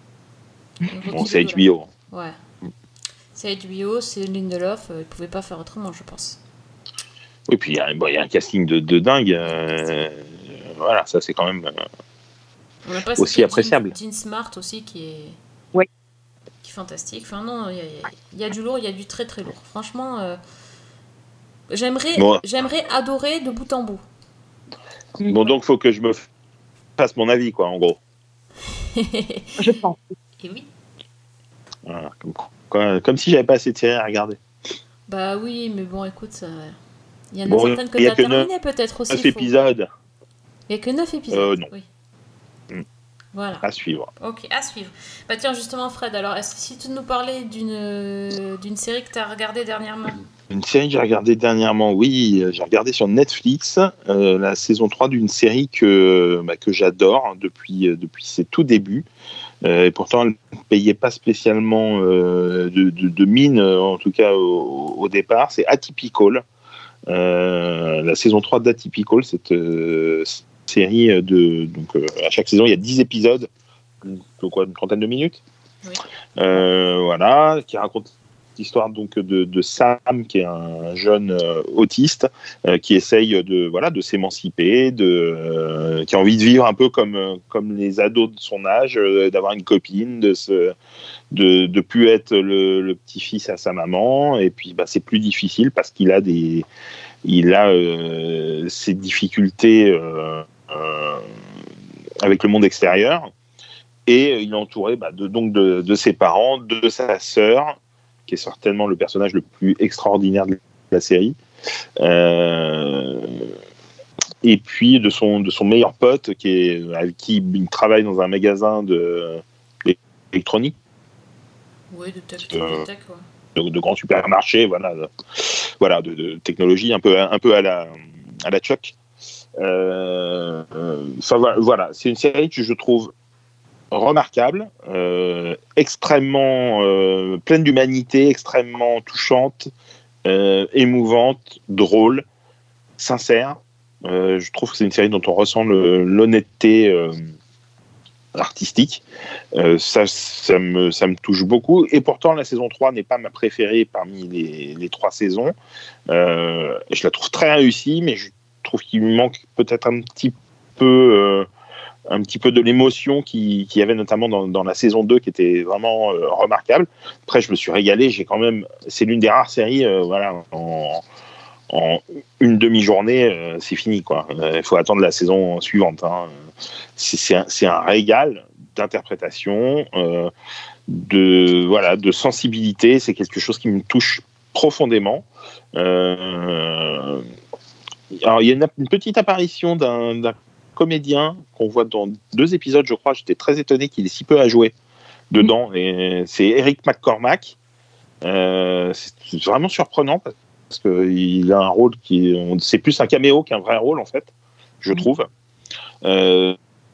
Bon, c'est H B O. Ouais. C'est H B O, c'est Lindelof. euh, ils pouvaient pas faire autrement, je pense. Et puis, il y, a- bon, il y a un casting de, de dingue. euh, voilà, ça, c'est quand même... euh, On n'a pas Aussi cité appréciable. Jean, Jean Smart aussi, qui est... Ouais. Qui est fantastique. Enfin, non, il y a, il y a du lourd, il y a du très très lourd. Franchement, euh, j'aimerais, Bon. j'aimerais adorer de bout en bout. Bon, donc, il faut que je me fasse mon avis, quoi, en gros. Je pense. Et oui. Voilà, comme, quoi- comme si j'avais pas assez de séries à regarder. Bah oui, mais bon, écoute, ça... il y en a Bon, certaines que il y a tu as que terminées peut-être aussi. neuf faut- épisodes Il n'y a que neuf épisodes. Euh, non. Oui. Mm. Voilà. à suivre. Ok, à suivre. Bah tiens, justement, Fred, alors, est-ce que si tu nous parlais d'une, euh, d'une série que tu as regardée dernièrement? Une série que j'ai regardée dernièrement, oui, euh, j'ai regardé sur Netflix euh, la saison trois d'une série que, bah, que j'adore hein, depuis, euh, depuis ses tout débuts. Euh, et pourtant, elle ne payait pas spécialement euh, de, de, de mine, euh, en tout cas au, au départ. C'est Atypical. Euh, la saison trois d'Atypical, cette euh, série de. Donc, euh, à chaque saison, il y a dix épisodes, de quoi, une trentaine de minutes. Oui. Euh, voilà, qui raconte l'histoire donc de, de Sam, qui est un jeune euh, autiste, euh, qui essaye de voilà de s'émanciper, de euh, qui a envie de vivre un peu comme euh, comme les ados de son âge, euh, d'avoir une copine, de se de de plus être le, le petit-fils à sa maman, et puis bah c'est plus difficile parce qu'il a des il a euh, ses difficultés euh, euh, avec le monde extérieur. Et il est entouré bah, de, donc de, de ses parents, de sa sœur, qui est certainement le personnage le plus extraordinaire de la série, euh, et puis de son, de son meilleur pote, qui est, avec qui il travaille dans un magasin de, d'électronique, Oui, de tech, Euh, de tech, ouais. de, de grands supermarchés, voilà, de, voilà, de, de technologie un peu, un peu à la, à la Chuck. Euh, euh, enfin, voilà, c'est une série que je trouve remarquable, euh, extrêmement euh, pleine d'humanité, extrêmement touchante, euh, émouvante, drôle, sincère. Euh, je trouve que c'est une série dont on ressent le, l'honnêteté euh, artistique. Euh, ça, ça, me, ça me touche beaucoup. Et pourtant, la saison trois n'est pas ma préférée parmi les, les trois saisons. Euh, je la trouve très réussie, mais je trouve qu'il me manque peut-être un petit peu... Euh, un petit peu de l'émotion qu'il qui y avait notamment dans, dans la saison deux qui était vraiment euh, remarquable. Après, je me suis régalé. J'ai quand même, c'est l'une des rares séries, euh, voilà, en, en une demi-journée, euh, c'est fini, quoi. Il euh, faut attendre la saison suivante. Hein. C'est, c'est, un, c'est un régal d'interprétation, euh, de, voilà, de sensibilité. C'est quelque chose qui me touche profondément. Euh, alors, il y a une, une petite apparition d'un, d'un comédien qu'on voit dans deux épisodes, je crois. J'étais très étonné qu'il ait si peu à jouer dedans. Et c'est Eric McCormack. Euh, c'est vraiment surprenant parce qu'il a un rôle qui, c'est plus un caméo qu'un vrai rôle en fait, je trouve. Euh,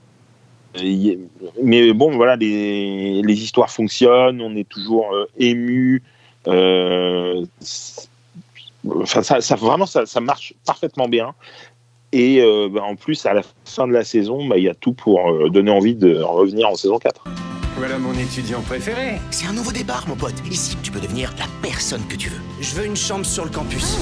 mais bon, voilà, les, les histoires fonctionnent, on est toujours euh, ému. Euh, enfin, ça, ça vraiment, ça, ça marche parfaitement bien. Et euh, bah, en plus, à la fin de la saison, bah, y a tout pour euh, donner envie de revenir en saison quatre. Voilà mon étudiant préféré. C'est un nouveau départ, mon pote. Ici, tu peux devenir la personne que tu veux. Je veux une chambre sur le campus.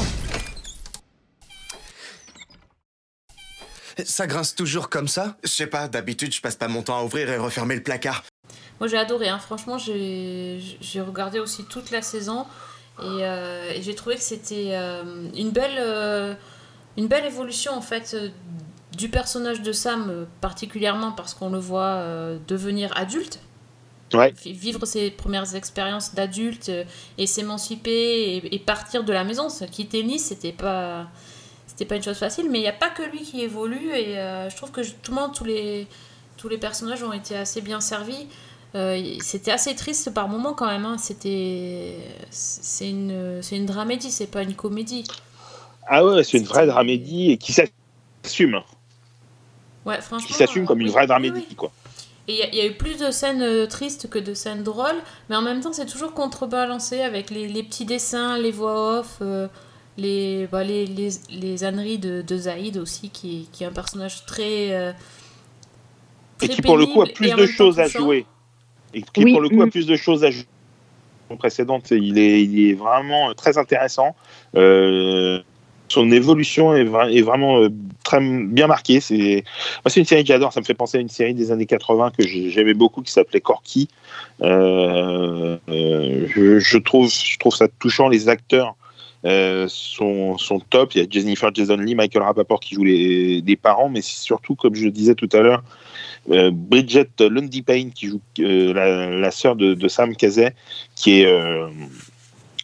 Ça grince toujours comme ça? Je sais pas, d'habitude, je passe pas mon temps à ouvrir et refermer le placard. Moi, j'ai adoré, hein. Franchement, j'ai, j'ai regardé aussi toute la saison et, euh, et j'ai trouvé que c'était euh, une belle... Euh, Une belle évolution en fait euh, du personnage de Sam, euh, particulièrement parce qu'on le voit euh, devenir adulte, ouais. vivre ses premières expériences d'adulte euh, et s'émanciper et, et partir de la maison. Quitter Nice, c'était pas, c'était pas une chose facile, mais il n'y a pas que lui qui évolue et euh, je trouve que tout le monde, tous les, tous les personnages ont été assez bien servis. Euh, c'était assez triste par moments quand même. Hein. C'était, c'est une, c'est une dramédie, c'est pas une comédie. Ah ouais, c'est une vraie dramédie et qui s'assume. Ouais, franchement. Qui s'assume comme oui, une vraie dramédie, oui, oui. quoi. Et il y, y a eu plus de scènes euh, tristes que de scènes drôles, mais en même temps, c'est toujours contrebalancé avec les, les petits dessins, les voix off, euh, les, bah, les, les, les âneries de, de Zaïd aussi, qui, qui est un personnage très. Euh, très et qui, pour le coup, a pénible plus et en de même temps choses à touchant. jouer. Et qui, Oui, pour le coup, mm. a plus de choses à jouer. Précédente, il est, il est vraiment très intéressant. Euh, son évolution est, vra- est vraiment euh, très bien marquée. C'est, moi, c'est une série que j'adore. Ça me fait penser à une série des années quatre-vingts que j'aimais beaucoup qui s'appelait Corky. Euh, euh, je, je, trouve, je trouve ça touchant. Les acteurs euh, sont, sont top. Il y a Jennifer Jason Leigh, Michael Rapaport qui joue les, les parents, mais c'est surtout, comme je le disais tout à l'heure, Euh, Bridget Lundy Payne qui joue euh, la, la sœur de, de Sam Casey, qui est euh,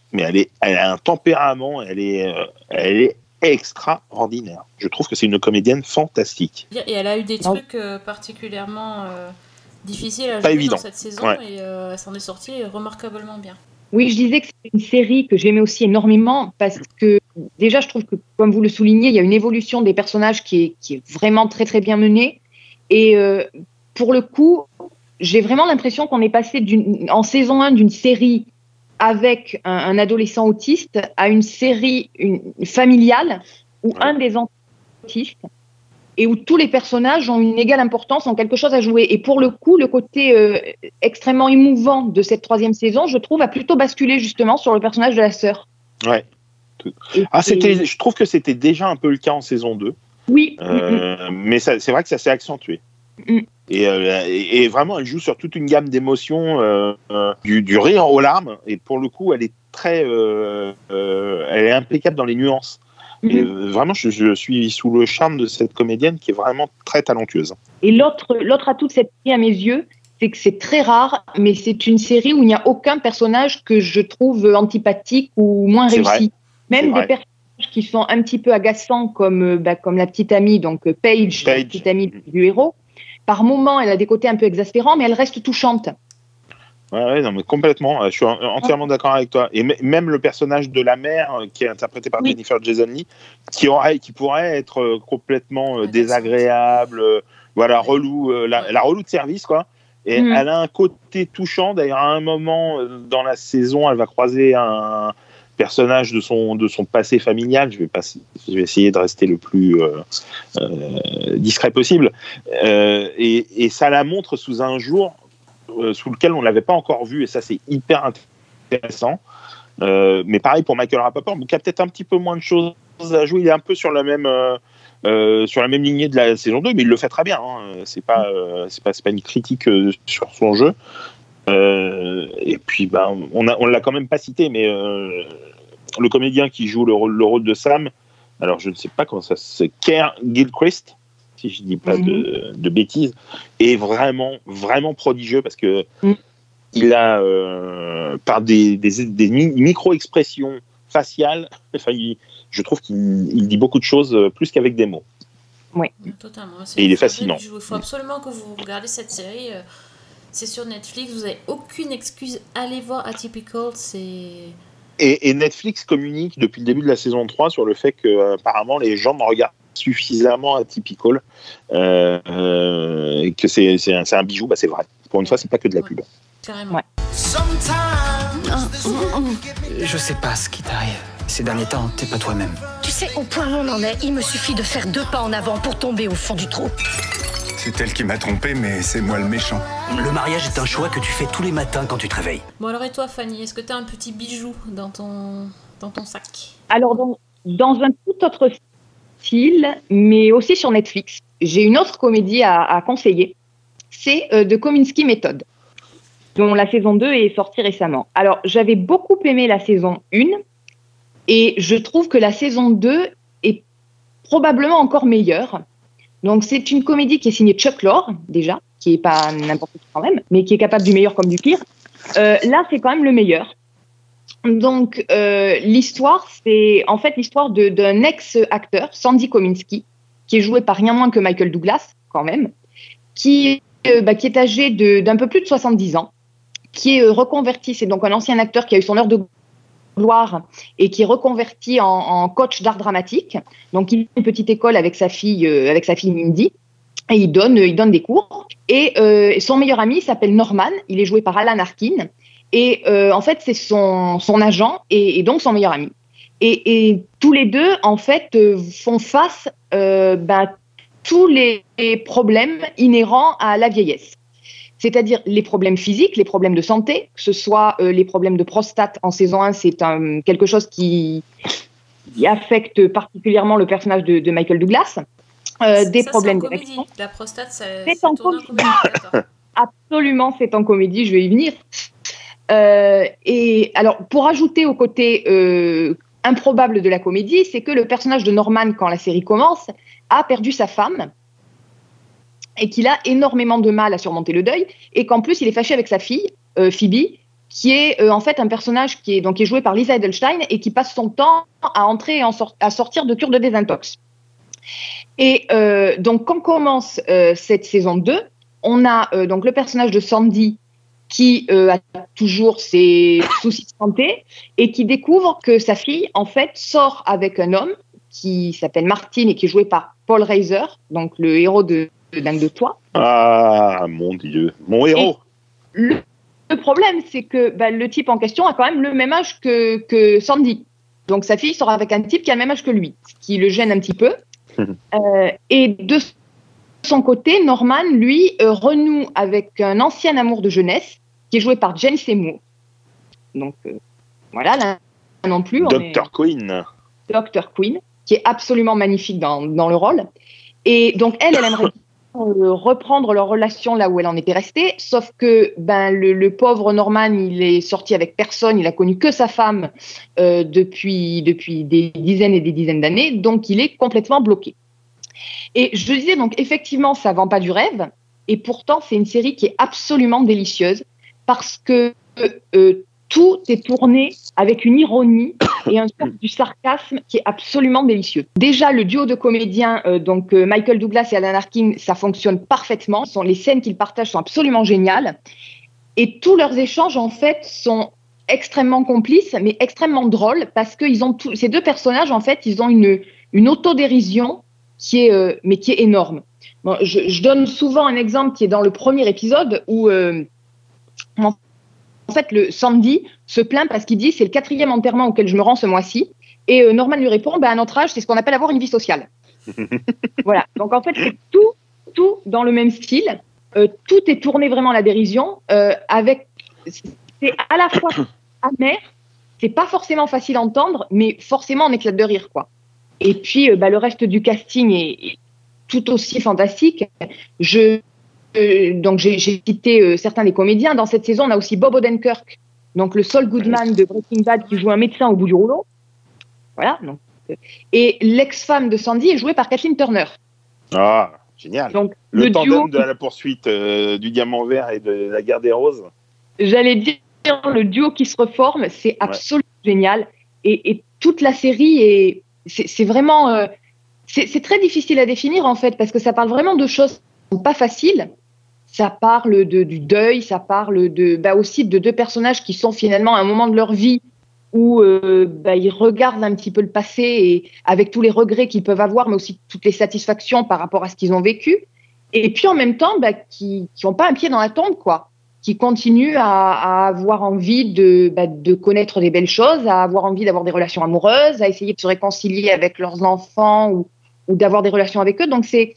mais elle, est, elle a un tempérament, elle est, euh, elle est extraordinaire. Je trouve que c'est une comédienne fantastique. Et elle a eu des trucs euh, particulièrement euh, difficiles à Pas jouer évident. dans cette saison, Ouais. et euh, elle s'en est sortie remarquablement bien. Oui, je disais que c'est une série que j'aimais aussi énormément parce que déjà, je trouve que, comme vous le soulignez, il y a une évolution des personnages qui est, qui est vraiment très très bien menée. Et euh, pour le coup, j'ai vraiment l'impression qu'on est passé d'une, en saison un d'une série avec un, un adolescent autiste à une série une, familiale où Ouais. un des enfants est autiste et où tous les personnages ont une égale importance, ont quelque chose à jouer. Et pour le coup, le côté euh, extrêmement émouvant de cette troisième saison, je trouve, a plutôt basculé justement sur le personnage de la sœur. Ouais. Et Ah, c'est- c'était, je trouve que c'était déjà un peu le cas en saison deux. Oui, Euh, mais ça, c'est vrai que ça s'est accentué. Mm. Et, euh, et, et vraiment, elle joue sur toute une gamme d'émotions, euh, euh, du, du rire aux larmes. Et pour le coup, elle est très, euh, euh, elle est impeccable dans les nuances. mm-hmm. Et euh, vraiment, je, je suis sous le charme de cette comédienne qui est vraiment très talentueuse. Et l'autre, l'autre atout de cette série, à mes yeux, c'est que c'est très rare, mais c'est une série où il n'y a aucun personnage que je trouve antipathique ou moins C'est réussi. C'est Même vrai. des personnages qui sont un petit peu agaçants, comme, euh, bah, comme la petite amie, donc euh, Paige, la Paige. petite amie du héros. Par moments, elle a des côtés un peu exaspérants, mais elle reste touchante. Ouais, ouais, non, mais complètement. Je suis en- entièrement d'accord avec toi. Et m- même le personnage de la mère, euh, qui est interprété par Oui. Jennifer Jason Leigh, qui, aurait, qui pourrait être euh, complètement euh, Agaçante. désagréable, euh, voilà, Ouais. relou, euh, la, Ouais. la relou de service, quoi. Et Mm. elle a un côté touchant. D'ailleurs, à un moment euh, dans la saison, elle va croiser un personnage de son, de son passé familial. Je vais, pas, je vais essayer de rester le plus euh, euh, discret possible. Euh, et, et ça la montre sous un jour euh, sous lequel on ne l'avait pas encore vu, et ça c'est hyper intéressant. Euh, mais pareil pour Michael Rapaport, qui a peut-être un petit peu moins de choses à jouer. Il est un peu sur la même, euh, euh, sur la même lignée de la saison deux, mais il le fait très bien. Hein. C'est pas, euh, c'est pas, c'est pas une critique euh, sur son jeu. Euh, et puis, ben, on a, on l'a quand même pas cité, mais euh, le comédien qui joue le rôle, le rôle de Sam, alors je ne sais pas comment ça, c'est Kerr Gilchrist, si je dis pas Mhm. de, de bêtises, est vraiment, vraiment prodigieux parce que Mhm. il a, euh, par des, des, des mi- micro-expressions faciales, enfin, il- je trouve qu'il il dit beaucoup de choses euh, plus qu'avec des mots. Totalement. Et il est un vrai fascinant. bijou. Il faut absolument que vous regardiez cette série. euh, C'est sur Netflix. Vous n'avez aucune excuse. Allez voir Atypical. C'est. Et, et Netflix communique depuis le début de la saison trois sur le fait que euh, apparemment les gens me regardent suffisamment Atypical, euh, euh, et que c'est, c'est, un, c'est un bijou. Bah, c'est vrai. Pour une fois, c'est pas que de la pub. Carrément. Ouais. Je sais pas ce qui t'arrive. Ces derniers temps, t'es pas toi-même. Tu sais, au point où on en est, il me suffit de faire deux pas en avant pour tomber au fond du trou. C'est elle qui m'a trompé, mais c'est moi le méchant. Le mariage est un choix que tu fais tous les matins quand tu te réveilles. Bon, alors, et toi, Fanny, est-ce que tu as un petit bijou dans ton, dans ton sac? Alors, dans, dans un tout autre style, mais aussi sur Netflix, j'ai une autre comédie à, à conseiller. C'est euh, The Kominsky Method, dont la saison deux est sortie récemment. Alors, j'avais beaucoup aimé la saison un, et je trouve que la saison deux est probablement encore meilleure. Donc, c'est une comédie qui est signée Chuck Lorre, déjà, qui n'est pas n'importe qui quand même, mais qui est capable du meilleur comme du pire. Euh, là, c'est quand même le meilleur. Donc, euh, l'histoire, c'est en fait l'histoire de, d'un ex-acteur, Sandy Kominsky, qui est joué par rien moins que Michael Douglas, quand même, qui, euh, bah, qui est âgé de, d'un peu plus de soixante-dix ans, qui est euh, reconverti, c'est donc un ancien acteur qui a eu son heure de gloire et qui est reconverti en, en coach d'art dramatique. Donc, il a une petite école avec sa fille, euh, avec sa fille Mindy, et il donne, euh, il donne des cours. Et euh, son meilleur ami s'appelle Norman, il est joué par Alan Arkin, et euh, en fait, c'est son, son agent et, et donc son meilleur ami. Et, et tous les deux, en fait, euh, font face euh, ben, tous les problèmes inhérents à la vieillesse. C'est-à-dire les problèmes physiques, les problèmes de santé, que ce soit euh, les problèmes de prostate en saison un, c'est un, quelque chose qui, qui affecte particulièrement le personnage de, de Michael Douglas. Euh, des Ça, problèmes c'est en comédie. d'érection. La prostate, ça, C'est ça en tourne en comédie. D'accord. Absolument, c'est en comédie, je vais y venir. Euh, et alors, pour ajouter au côté euh, improbable de la comédie, c'est que le personnage de Norman, quand la série commence, a perdu sa femme et qu'il a énormément de mal à surmonter le deuil, et qu'en plus, il est fâché avec sa fille, euh, Phoebe, qui est euh, en fait un personnage qui est, donc, qui est joué par Lisa Edelstein et qui passe son temps à entrer et en sort, à sortir de cure de désintox. Et euh, donc, quand commence euh, cette saison deux, on a euh, donc le personnage de Sandy qui euh, a toujours ses soucis de santé et qui découvre que sa fille, en fait, sort avec un homme qui s'appelle Martin et qui est joué par Paul Reiser, donc le héros de, de Dingue de Toi. Ah, mon Dieu, mon héros. Le, le problème, c'est que bah, le type en question a quand même le même âge que, que Sandy. Donc sa fille sort avec un type qui a le même âge que lui, ce qui le gêne un petit peu. euh, et de son côté, Norman, lui, euh, renoue avec un ancien amour de jeunesse qui est joué par Jane Seymour. Donc, euh, voilà, là non plus. Docteur est... Queen. Docteur Queen, qui est absolument magnifique dans, dans le rôle. Et donc, elle, elle aimerait euh, reprendre leur relation là où elle en était restée, sauf que ben, le, le pauvre Norman, il est sorti avec personne, il a connu que sa femme euh, depuis, depuis des dizaines et des dizaines d'années, donc il est complètement bloqué. Et je disais, donc, effectivement, ça vend pas du rêve, et pourtant, c'est une série qui est absolument délicieuse, parce que euh, tout est tourné avec une ironie et un sens du sarcasme qui est absolument délicieux. Déjà, le duo de comédiens, euh, donc euh, Michael Douglas et Alan Arkin, ça fonctionne parfaitement. Sont, les scènes qu'ils partagent sont absolument géniales. Et tous leurs échanges, en fait, sont extrêmement complices, mais extrêmement drôles, parce que ils ont tout, ces deux personnages, en fait, ils ont une, une autodérision qui est, euh, mais qui est énorme. Bon, je, je donne souvent un exemple qui est dans le premier épisode où... Euh, En fait, le Sandy se plaint parce qu'il dit c'est le quatrième enterrement auquel je me rends ce mois-ci. Et euh, Norman lui répond ben, à notre âge, c'est ce qu'on appelle avoir une vie sociale. Voilà. Donc en fait, c'est tout, tout dans le même style. Euh, tout est tourné vraiment à la dérision. Euh, avec, c'est à la fois amer, c'est pas forcément facile à entendre, mais forcément on éclate de rire, quoi. Et puis euh, bah, le reste du casting est, est tout aussi fantastique. Je Euh, donc j'ai, j'ai cité euh, certains des comédiens. Dans cette saison, on a aussi Bob Odenkirk, donc le Saul Goodman de Breaking Bad, qui joue un médecin au bout du rouleau. Voilà. Donc, euh, et l'ex-femme de Sandy est jouée par Kathleen Turner. Ah, génial. Donc, le, le tandem duo, de la poursuite euh, du diamant vert et de la guerre des roses. J'allais dire, le duo qui se reforme, c'est absolument ouais. génial. Et, et toute la série est, c'est, c'est vraiment, euh, c'est, c'est très difficile à définir en fait, parce que ça parle vraiment de choses qui sont pas faciles. Ça parle de, du deuil, ça parle de, bah aussi de deux personnages qui sont finalement à un moment de leur vie où euh, bah, ils regardent un petit peu le passé et avec tous les regrets qu'ils peuvent avoir, mais aussi toutes les satisfactions par rapport à ce qu'ils ont vécu. Et puis en même temps, bah, qui n'ont pas un pied dans la tombe, quoi, qui continuent à, à avoir envie de, bah, de connaître des belles choses, à avoir envie d'avoir des relations amoureuses, à essayer de se réconcilier avec leurs enfants ou, ou d'avoir des relations avec eux. Donc c'est...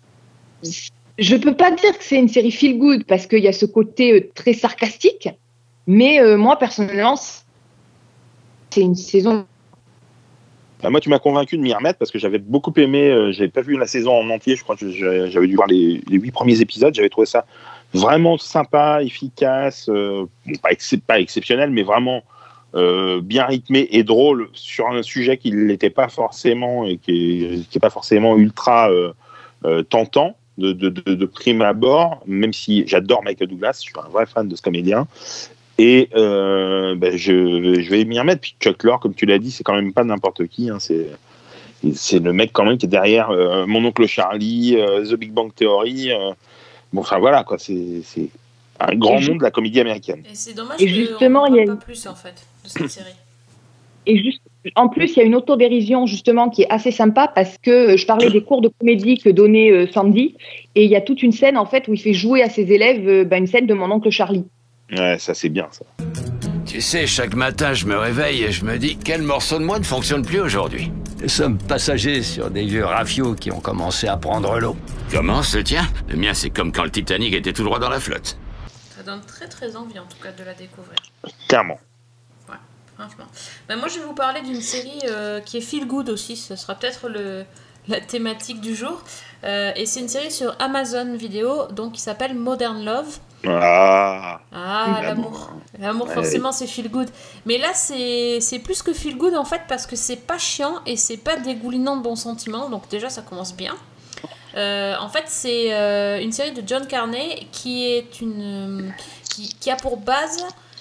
Je ne peux pas dire que c'est une série feel good parce qu'il y a ce côté euh, très sarcastique, mais euh, moi, personnellement, c'est une saison... Bah, moi, tu m'as convaincu de m'y remettre parce que j'avais beaucoup aimé, euh, j'avais pas vu la saison en entier, je crois que j'avais dû voir les, les huit premiers épisodes, j'avais trouvé ça vraiment sympa, efficace, euh, bon, pas, ex- pas exceptionnel, mais vraiment euh, bien rythmé et drôle sur un sujet qui ne l'était pas forcément et qui n'est pas forcément ultra euh, euh, tentant. De, de, de, de prime abord, même si j'adore Michael Douglas, je suis un vrai fan de ce comédien, et euh, ben je, je vais m'y remettre. Puis Chuck Lorre, comme tu l'as dit, c'est quand même pas n'importe qui, hein, c'est, c'est le mec quand même qui est derrière euh, Mon Oncle Charlie, euh, The Big Bang Theory, euh, bon, enfin voilà, quoi, c'est, c'est un grand et nom de la comédie américaine. Et c'est dommage et justement, qu'on ne y a... parle pas plus, en fait, de cette série. Et juste, en plus, il y a une autodérision justement qui est assez sympa parce que je parlais des cours de comédie que donnait euh, Sandy et il y a toute une scène en fait où il fait jouer à ses élèves euh, bah, une scène de Mon Oncle Charlie. Ouais, ça c'est bien ça. Tu sais, chaque matin je me réveille et je me dis quel morceau de moi ne fonctionne plus aujourd'hui. Nous sommes passagers sur des vieux rafiaux qui ont commencé à prendre l'eau. Comment le tien ? Le mien c'est comme quand le Titanic était tout droit dans la flotte. Ça donne très très envie en tout cas de la découvrir. Clairement. Franchement. Ben moi, je vais vous parler d'une série euh, qui est feel good aussi. Ce sera peut-être le, la thématique du jour. Euh, et c'est une série sur Amazon Vidéo, donc qui s'appelle Modern Love. Ah, ah l'amour. L'amour, ouais. Forcément, c'est feel good. Mais là, c'est, c'est plus que feel good en fait, parce que c'est pas chiant et c'est pas dégoulinant de bons sentiments. Donc, déjà, ça commence bien. Euh, en fait, c'est euh, une série de John Carney qui est une. qui, qui a pour base.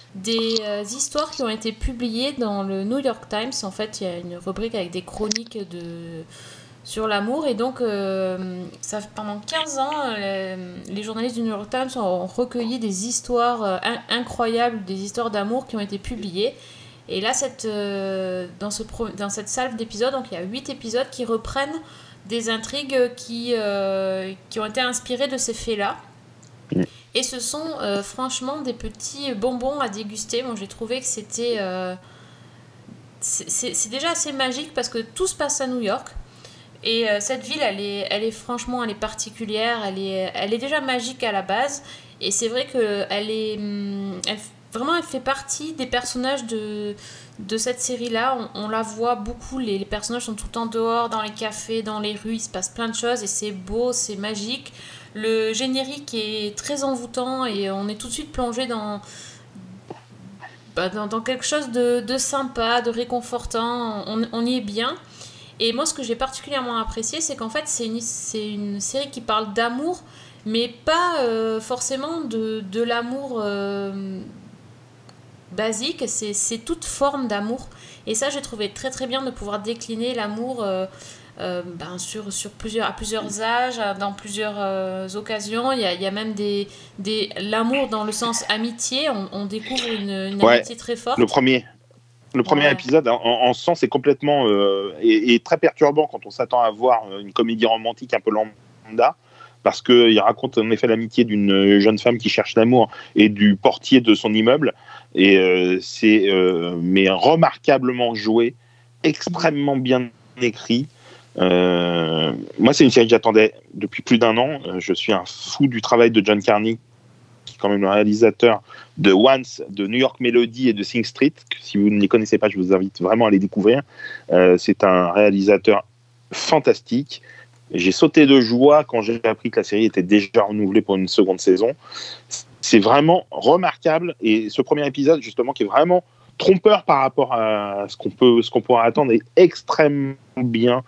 des euh, histoires qui ont été publiées dans le New York Times. En fait, il y a une rubrique avec des chroniques de... sur l'amour. Et donc, euh, ça, pendant quinze ans, les, les journalistes du New York Times ont recueilli des histoires euh, in- incroyables, des histoires d'amour qui ont été publiées. Et là, cette, euh, dans, ce pro- dans cette salve d'épisodes, donc il y a huit épisodes qui reprennent des intrigues qui, euh, qui ont été inspirées de ces faits-là. Et ce sont euh, franchement des petits bonbons à déguster. Moi, j'ai trouvé que c'était... Euh, c'est, c'est, c'est déjà assez magique parce que tout se passe à New York. Et euh, cette ville, elle est, elle est franchement, elle est particulière. Elle est, elle est déjà magique à la base. Et c'est vrai qu'elle est... Elle, vraiment, elle fait partie des personnages de, de cette série-là. On, on la voit beaucoup. Les, les personnages sont tout le temps dehors, dans les cafés, dans les rues. Il se passe plein de choses et c'est beau, c'est magique. Le générique est très envoûtant et on est tout de suite plongé dans, bah, dans, dans quelque chose de, de sympa, de réconfortant. On, on y est bien. Et moi, ce que j'ai particulièrement apprécié, c'est qu'en fait, c'est une, c'est une série qui parle d'amour, mais pas euh, forcément de, de l'amour euh, basique. C'est, c'est toute forme d'amour. Et ça, j'ai trouvé très très bien de pouvoir décliner l'amour euh, Euh, ben sur, sur plusieurs, à plusieurs âges, dans plusieurs euh, occasions. Il y a, il y a même des, des, l'amour dans le sens amitié. On, on découvre une, une ouais, amitié très forte. Le premier, le premier ouais. épisode, en, en sens, c'est complètement euh, et, et très perturbant quand on s'attend à voir une comédie romantique un peu lambda, parce qu'il raconte en effet l'amitié d'une jeune femme qui cherche l'amour et du portier de son immeuble. Et euh, c'est euh, mais remarquablement joué, extrêmement bien écrit. Euh, moi, c'est une série que j'attendais depuis plus d'un an. Euh, je suis un fou du travail de John Carney, qui est quand même le réalisateur de Once, de New York Melody et de Sing Street. Que si vous ne les connaissez pas, je vous invite vraiment à les découvrir. Euh, c'est un réalisateur fantastique. J'ai sauté de joie quand j'ai appris que la série était déjà renouvelée pour une seconde saison. C'est vraiment remarquable. Et ce premier épisode, justement, qui est vraiment trompeur par rapport à ce qu'on peut, ce qu'on pourrait attendre, est extrêmement bien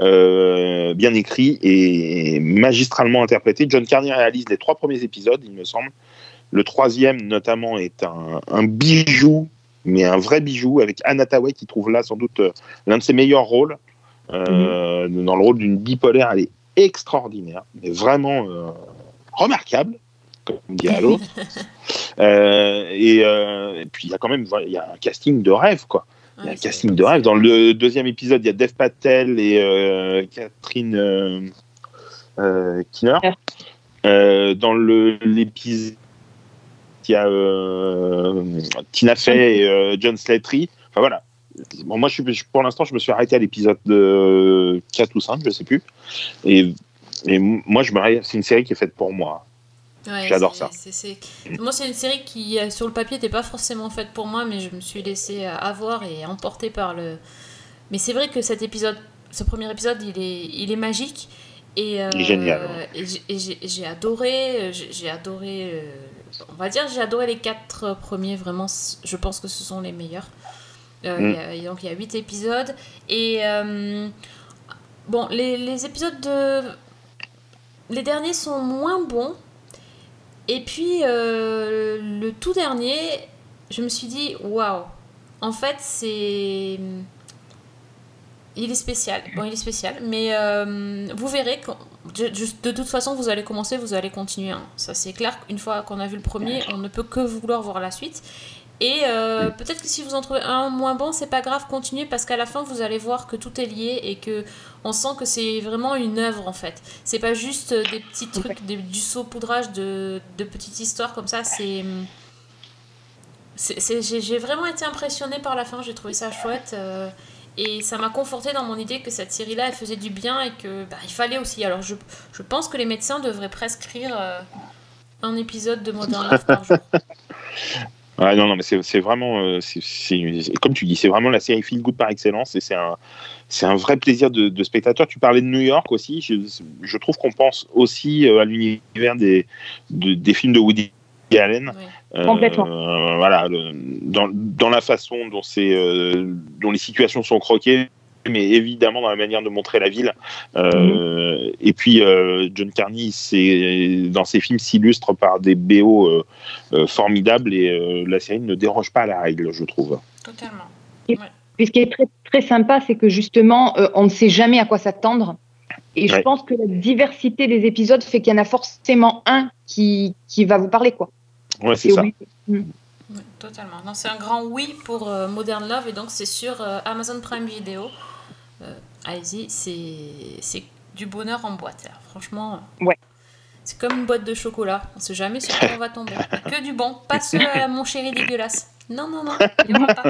Euh, bien écrit et magistralement interprété. John Carney réalise les trois premiers épisodes, il me semble. Le troisième, notamment, est un, un bijou, mais un vrai bijou, avec Anne Hathaway qui trouve là sans doute euh, l'un de ses meilleurs rôles. Euh, mmh. Dans le rôle d'une bipolaire, elle est extraordinaire, mais vraiment euh, remarquable, comme dit à l'autre. euh, et, euh, et puis il y a quand même il y a un casting de rêve, quoi. Il y a un casting de rêve. Dans le deuxième épisode, il y a Dev Patel et euh, Catherine euh, euh, Keener. Euh, dans le, l'épisode, il y a euh, Tina Fey et euh, John Slattery. Enfin voilà. Bon, moi, je suis, pour l'instant, je me suis arrêté à l'épisode de quatre ou cinq, je ne sais plus. Et, et moi, je me, c'est une série qui est faite pour moi. Ouais, j'adore c'est, ça. C'est, c'est... Moi, c'est une série qui, sur le papier, n'était pas forcément faite pour moi, mais je me suis laissée avoir et emporter par le... Mais c'est vrai que cet épisode, ce premier épisode, il est, il est magique. Et, euh, il est génial. Ouais. Et j'ai, et j'ai, j'ai adoré, j'ai, j'ai adoré, euh, on va dire, j'ai adoré les quatre premiers, vraiment, je pense que ce sont les meilleurs. Euh, mm. y a, donc, il y a huit épisodes. Et, euh, bon, les, les épisodes de... Les derniers sont moins bons. Et puis, euh, le tout dernier, je me suis dit, waouh, en fait, c'est... Il est spécial. Bon, il est spécial, mais euh, vous verrez, que, de, de toute façon, vous allez commencer, vous allez continuer. Hein. Ça, c'est clair qu'une fois qu'on a vu le premier, on ne peut que vouloir voir la suite. Et euh, peut-être que si vous en trouvez un moins bon, c'est pas grave, continuez, parce qu'à la fin, vous allez voir que tout est lié et que on sent que c'est vraiment une œuvre, en fait. C'est pas juste des petits trucs, des, du saupoudrage de, de petites histoires comme ça. C'est, c'est, c'est j'ai, j'ai vraiment été impressionnée par la fin, j'ai trouvé ça chouette. Euh, et ça m'a confortée dans mon idée que cette série-là, elle faisait du bien et que bah, il fallait aussi. Alors, je, je pense que les médecins devraient prescrire euh, un épisode de Modern Love par jour. Ouais, non, non, mais c'est, c'est vraiment, euh, c'est, c'est, comme tu dis, c'est vraiment la série feel good par excellence et c'est un, c'est un vrai plaisir de, de spectateur. Tu parlais de New York aussi. Je, je trouve qu'on pense aussi euh, à l'univers des, de, des films de Woody Allen. Oui. Euh, Complètement. Euh, voilà, le, dans, dans la façon dont, c'est, euh, dont les situations sont croquées. mais évidemment dans la manière de montrer la ville. Euh, mmh. Et puis, euh, John Carney, c'est, dans ses films, s'illustre par des B O euh, euh, formidables, et euh, la série ne déroge pas à la règle, je trouve. Totalement. Et puis, ce qui est très, très sympa, c'est que justement, euh, on ne sait jamais à quoi s'attendre. Et je ouais. pense que la diversité des épisodes fait qu'il y en a forcément un qui, qui va vous parler, quoi. Ouais, c'est, c'est ça. Mmh. Oui, totalement. Non, c'est un grand oui pour euh, Modern Love, et donc c'est sur euh, Amazon Prime Video. Euh, allez-y, c'est, c'est du bonheur en boîte. Là. Franchement, ouais. c'est comme une boîte de chocolat. On ne sait jamais sur quoi on va tomber. Que du bon, pas ceux à mon chéri dégueulasse. Non, non, non, il n'y aura pas.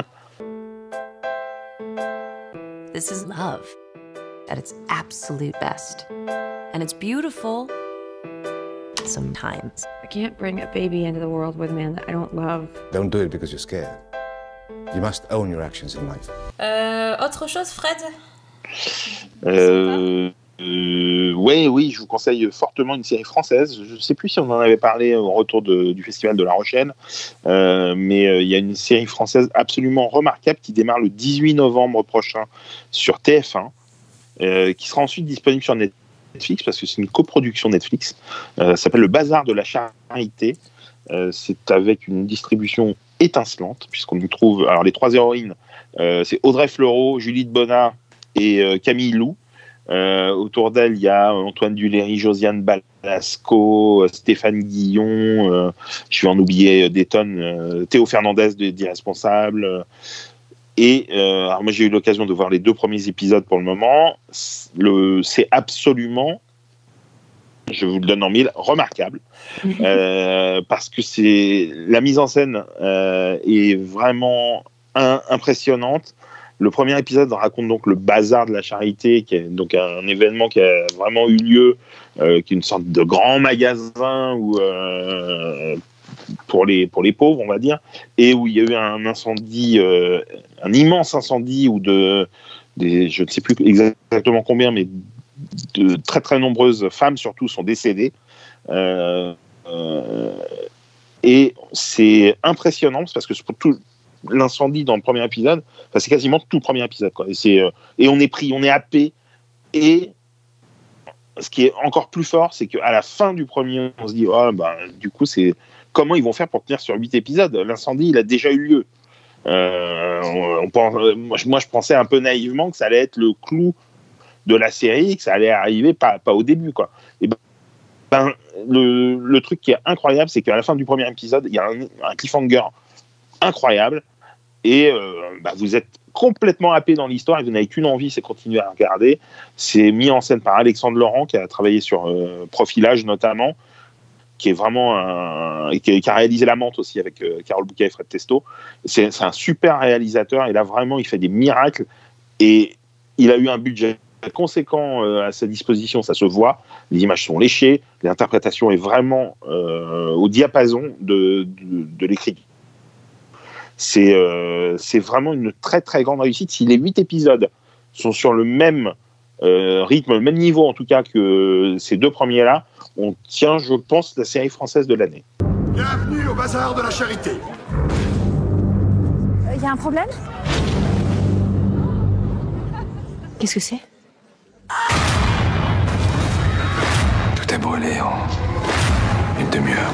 This is love at its absolute best. And it's beautiful sometimes. I can't bring a baby into the world with a man that I don't love. Don't do it because you're scared. You must own your actions in life. Euh, autre chose, Fred? Euh, euh, oui, oui, je vous conseille fortement une série française. Je ne sais plus si on en avait parlé au retour de, du Festival de La Rochelle, euh, mais il euh, y a une série française absolument remarquable qui démarre le dix-huit novembre prochain sur T F un, euh, qui sera ensuite disponible sur Netflix, parce que c'est une coproduction Netflix. Euh, ça s'appelle Le Bazar de la Charité. Euh, c'est avec une distribution étincelante, puisqu'on y trouve alors les trois héroïnes. Euh, c'est Audrey Fleurot, Julie de Bonnat et euh, Camille Lou. Euh, autour d'elle, il y a Antoine Duléry, Josiane Balasco, euh, Stéphane Guillon, euh, je vais en oublier des tonnes, euh, Théo Fernandez d'Irresponsable. Euh, et euh, alors moi, j'ai eu l'occasion de voir les deux premiers épisodes pour le moment. Le, c'est absolument, je vous le donne en mille, remarquable. euh, parce que c'est, la mise en scène euh, est vraiment un, impressionnante. Le premier épisode raconte donc le bazar de la charité, qui est donc un événement qui a vraiment eu lieu, euh, qui est une sorte de grand magasin où, euh, pour, les, pour les pauvres, on va dire, et où il y a eu un incendie, euh, un immense incendie, où de, des, je ne sais plus exactement combien, mais de très très nombreuses femmes surtout sont décédées. Euh, euh, et c'est impressionnant, parce que pour tout l'incendie dans le premier épisode, enfin, c'est quasiment tout le premier épisode, quoi. Et, c'est, euh, et on est pris, on est happé. Et ce qui est encore plus fort, c'est qu'à la fin du premier, on se dit, oh, bah, du coup, c'est comment ils vont faire pour tenir sur huit épisodes? L'incendie, il a déjà eu lieu. Euh, on, on pense, moi, je, moi, je pensais un peu naïvement que ça allait être le clou de la série, que ça allait arriver pas, pas au début, quoi. Et ben, ben le, le truc qui est incroyable, c'est qu'à la fin du premier épisode, il y a un, un cliffhanger incroyable, et euh, bah, vous êtes complètement happé dans l'histoire et vous n'avez qu'une envie, c'est continuer à regarder. C'est mis en scène par Alexandre Laurent, qui a travaillé sur euh, Profilage notamment, qui est vraiment un, et qui, qui a réalisé La Menthe aussi avec euh, Carole Bouquet et Fred Testo. C'est, c'est un super réalisateur, et là vraiment il fait des miracles, et il a eu un budget conséquent euh, à sa disposition, ça se voit, les images sont léchées, l'interprétation est vraiment euh, au diapason de, de, de l'écriture. C'est, euh, c'est vraiment une très très grande réussite. Si les huit épisodes sont sur le même euh, rythme, le même niveau en tout cas que ces deux premiers-là, on tient, je pense, la série française de l'année. Bienvenue au Bazar de la Charité. Il euh, y a un problème? Qu'est-ce que c'est? Tout est brûlé en une demi-heure.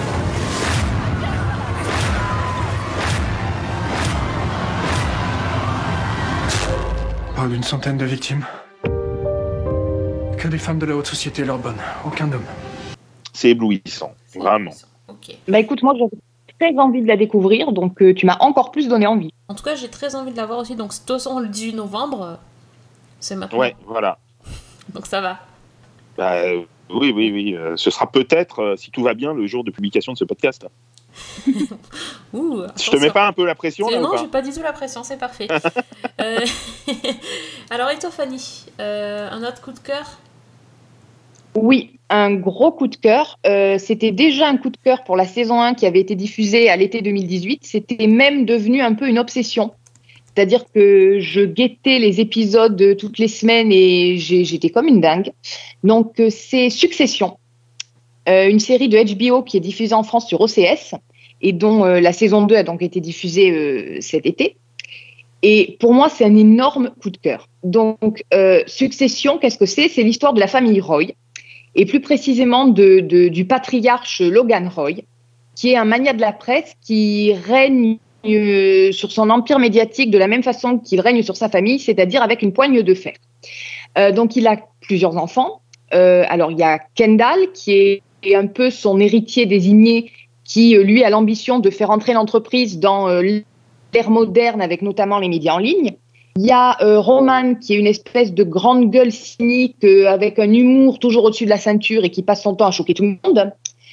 Pas d'une centaine de victimes. Que des femmes de la haute société et leurs bonnes, aucun homme. C'est éblouissant, c'est vraiment. Éblouissant. Okay. Bah écoute, moi j'ai très envie de la découvrir, donc euh, tu m'as encore plus donné envie. En tout cas, j'ai très envie de la voir aussi, donc de toute façon, le dix-huit novembre, c'est maintenant. Ouais, voilà. Donc ça va. Bah, euh, oui, oui, oui. Euh, ce sera peut-être, euh, si tout va bien, le jour de publication de ce podcast. Ouh, je te mets pas un peu la pression là, non, ou pas j'ai pas du tout la pression, c'est parfait. euh... Alors, et toi, Fanny, euh, un autre coup de cœur? Oui, un gros coup de cœur. Euh, c'était déjà un coup de cœur pour la saison un qui avait été diffusée à l'été deux mille dix-huit. C'était même devenu un peu une obsession. C'est-à-dire que je guettais les épisodes toutes les semaines et j'ai, j'étais comme une dingue. Donc, c'est Succession, euh, une série de H B O qui est diffusée en France sur O C S et dont euh, la saison deux a donc été diffusée euh, cet été. Et pour moi, c'est un énorme coup de cœur. Donc, euh, Succession, qu'est-ce que c'est? C'est l'histoire de la famille Roy, et plus précisément de, de, du patriarche Logan Roy, qui est un magnat de la presse qui règne euh, sur son empire médiatique de la même façon qu'il règne sur sa famille, c'est-à-dire avec une poigne de fer. Euh, donc, il a plusieurs enfants. Euh, alors, il y a Kendall, qui est un peu son héritier désigné, qui, lui, a l'ambition de faire entrer l'entreprise dans euh, l'ère moderne, avec notamment les médias en ligne. Il y a euh, Roman, qui est une espèce de grande gueule cynique, euh, avec un humour toujours au-dessus de la ceinture et qui passe son temps à choquer tout le monde.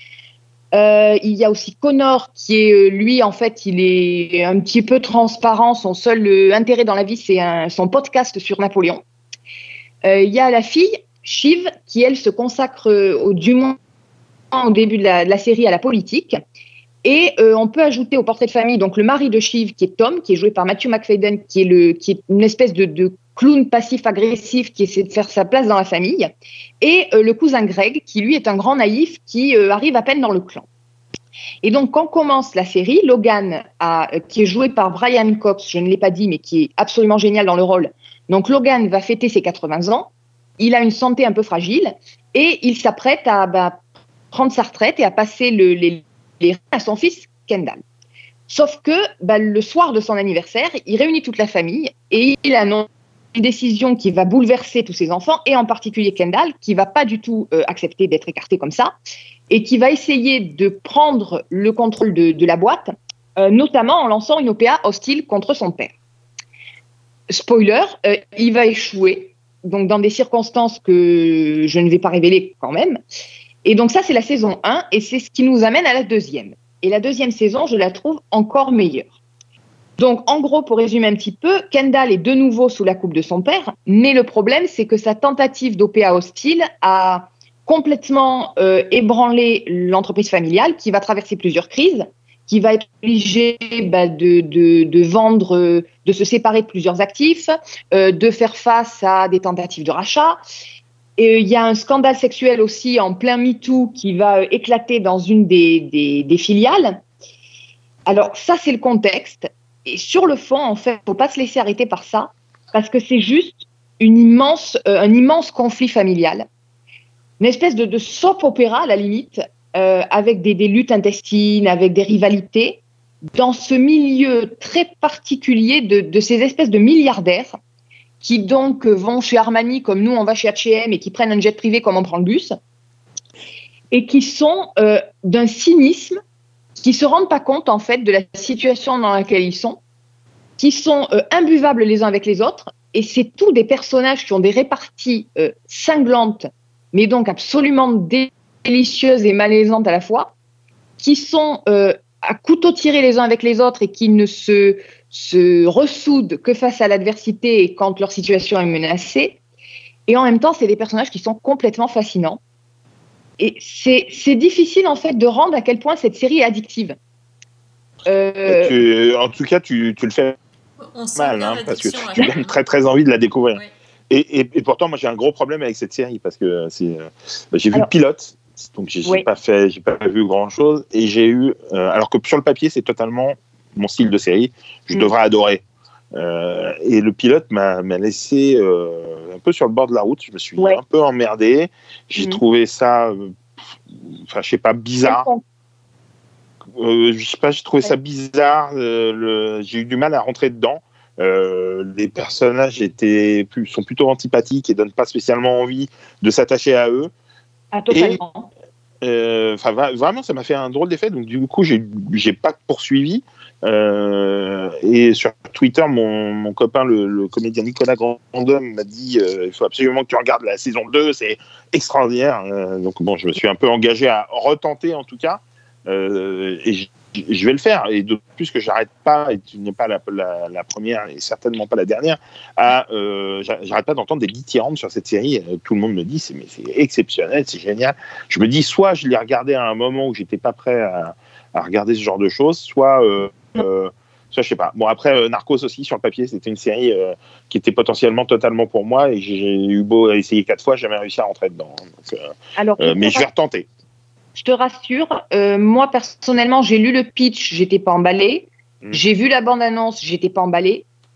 Euh, il y a aussi Connor, qui est, euh, lui, en fait, il est un petit peu transparent. Son seul euh, intérêt dans la vie, c'est un, son podcast sur Napoléon. Euh, il y a la fille, Shiv, qui, elle, se consacre euh, au, du moins au début de la, de la série à la politique. Et euh, on peut ajouter au portrait de famille donc le mari de Shiv, qui est Tom, qui est joué par Matthew McFadden, qui est, le, qui est une espèce de, de clown passif-agressif qui essaie de faire sa place dans la famille, et euh, le cousin Greg, qui lui est un grand naïf qui euh, arrive à peine dans le clan. Et donc, quand commence la série, Logan, a, euh, qui est joué par Brian Cox, je ne l'ai pas dit, mais qui est absolument génial dans le rôle. Donc, Logan va fêter ses quatre-vingts ans, il a une santé un peu fragile, et il s'apprête à bah, prendre sa retraite et à passer le, les les à son fils Kendall. Sauf que bah, le soir de son anniversaire, il réunit toute la famille et il annonce une décision qui va bouleverser tous ses enfants, et en particulier Kendall, qui va pas du tout euh, accepter d'être écarté comme ça, et qui va essayer de prendre le contrôle de, de la boîte, euh, notamment en lançant une O P A hostile contre son père. Spoiler, euh, il va échouer, donc dans des circonstances que je ne vais pas révéler quand même. Et donc ça, c'est la saison un, et c'est ce qui nous amène à la deuxième. Et la deuxième saison, je la trouve encore meilleure. Donc, en gros, pour résumer un petit peu, Kendall est de nouveau sous la coupe de son père, mais le problème, c'est que sa tentative d'O P A hostile a complètement euh, ébranlé l'entreprise familiale, qui va traverser plusieurs crises, qui va être obligée bah, de, de, de vendre, euh, de se séparer de plusieurs actifs, euh, de faire face à des tentatives de rachat. Et il y a un scandale sexuel aussi en plein MeToo qui va éclater dans une des, des, des filiales. Alors ça, c'est le contexte. Et sur le fond, en fait, il ne faut pas se laisser arrêter par ça, parce que c'est juste une immense, euh, un immense conflit familial. Une espèce de, de soap opéra, à la limite, euh, avec des, des luttes intestines, avec des rivalités, dans ce milieu très particulier de, de ces espèces de milliardaires qui donc vont chez Armani comme nous on va chez H et M, et qui prennent un jet privé comme on prend le bus, et qui sont euh, d'un cynisme, qui se rendent pas compte en fait de la situation dans laquelle ils sont, qui sont euh, imbuvables les uns avec les autres, et c'est tous des personnages qui ont des réparties euh, cinglantes, mais donc absolument délicieuses et malaisantes à la fois, qui sont euh, à couteau tiré les uns avec les autres et qui ne se se ressoudent que face à l'adversité et quand leur situation est menacée. Et en même temps, c'est des personnages qui sont complètement fascinants. Et c'est, c'est difficile, en fait, de rendre à quel point cette série est addictive. Euh... Tu, en tout cas, tu, tu le fais On mal, hein, parce que tu, tu donnes très, très envie de la découvrir. Oui. Et, et, et pourtant, moi, j'ai un gros problème avec cette série, parce que c'est, euh, j'ai vu alors, le pilote, donc j'ai, oui. j'ai, pas fait, j'ai pas vu grand-chose, et j'ai eu... Euh, alors que sur le papier, c'est totalement mon style de série, je mmh. devrais adorer. Euh, et le pilote m'a, m'a laissé euh, un peu sur le bord de la route. Je me suis ouais. un peu emmerdé. J'ai mmh. trouvé ça, enfin, euh, je sais pas, bizarre. Euh, je sais pas, j'ai trouvé ouais. ça bizarre. Euh, le, j'ai eu du mal à rentrer dedans. Euh, les personnages étaient plus, sont plutôt antipathiques et donnent pas spécialement envie de s'attacher à eux. Ah, totalement. Et, euh, vraiment, ça m'a fait un drôle d'effet. Donc, du coup, j'ai, j'ai pas poursuivi. Euh, et sur Twitter, mon, mon copain, le, le comédien Nicolas Grandhomme, m'a dit euh, il faut absolument que tu regardes la saison deux, c'est extraordinaire. Euh, donc, bon, je me suis un peu engagé à retenter en tout cas. Euh, et je, je vais le faire. Et de plus que j'arrête pas, et tu n'es pas la, la, la première et certainement pas la dernière, à, euh, j'arrête pas d'entendre des dithyrambies sur cette série. Tout le monde me dit c'est, mais c'est exceptionnel, c'est génial. Je me dis soit je l'ai regardé à un moment où j'étais pas prêt à, à regarder ce genre de choses, soit. Euh, Euh, ça, je sais pas. Bon, après, euh, Narcos aussi, sur le papier, c'était une série euh, qui était potentiellement totalement pour moi, et j'ai, j'ai eu beau essayer quatre fois, j'ai jamais réussi à rentrer dedans. Donc, euh, Alors, euh, mais je vais retenter. Je te rassure, euh, moi, personnellement, j'ai lu le pitch, j'étais pas emballée. Mmh. J'ai vu la bande-annonce, j'étais pas emballée.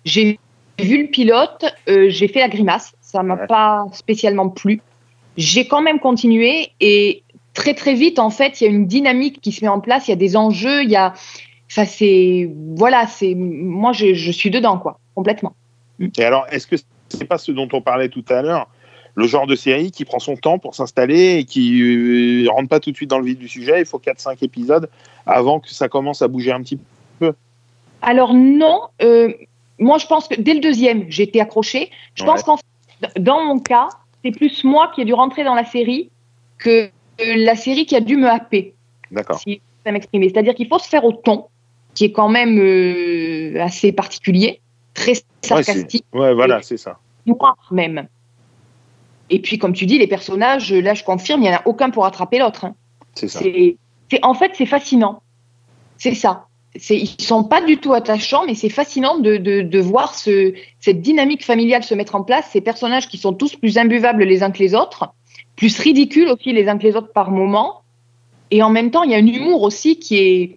J'ai vu le pilote, euh, j'ai fait la grimace, ça m'a Ouais. pas spécialement plu. J'ai quand même continué et très très vite, en fait, il y a une dynamique qui se met en place, il y a des enjeux, il y a, enfin c'est, voilà, c'est, moi je, je suis dedans quoi, complètement. Et alors, est-ce que c'est pas ce dont on parlait tout à l'heure, le genre de série qui prend son temps pour s'installer et qui euh, rentre pas tout de suite dans le vif du sujet, il faut quatre cinq épisodes avant que ça commence à bouger un petit peu. Alors non, euh, moi je pense que dès le deuxième, j'ai été accrochée. Je Ouais. pense qu'en fait, dans mon cas, c'est plus moi qui ai dû rentrer dans la série que euh, la série qui a dû me happer, D'accord. si ça m'exprimer. C'est-à-dire qu'il faut se faire au ton, qui est quand même euh, assez particulier, très Ouais, sarcastique, c'est- ouais, voilà, c'est ça. noir même. Et puis, comme tu dis, les personnages, là, je confirme, il n'y en a aucun pour attraper l'autre. hein. C'est ça. C'est, c'est, en fait, c'est fascinant. C'est ça. C'est, ils sont pas du tout attachants, mais c'est fascinant de, de, de voir ce, cette dynamique familiale se mettre en place. Ces personnages qui sont tous plus imbuvables les uns que les autres, plus ridicules aussi les uns que les autres par moment. Et en même temps, il y a un humour aussi qui est,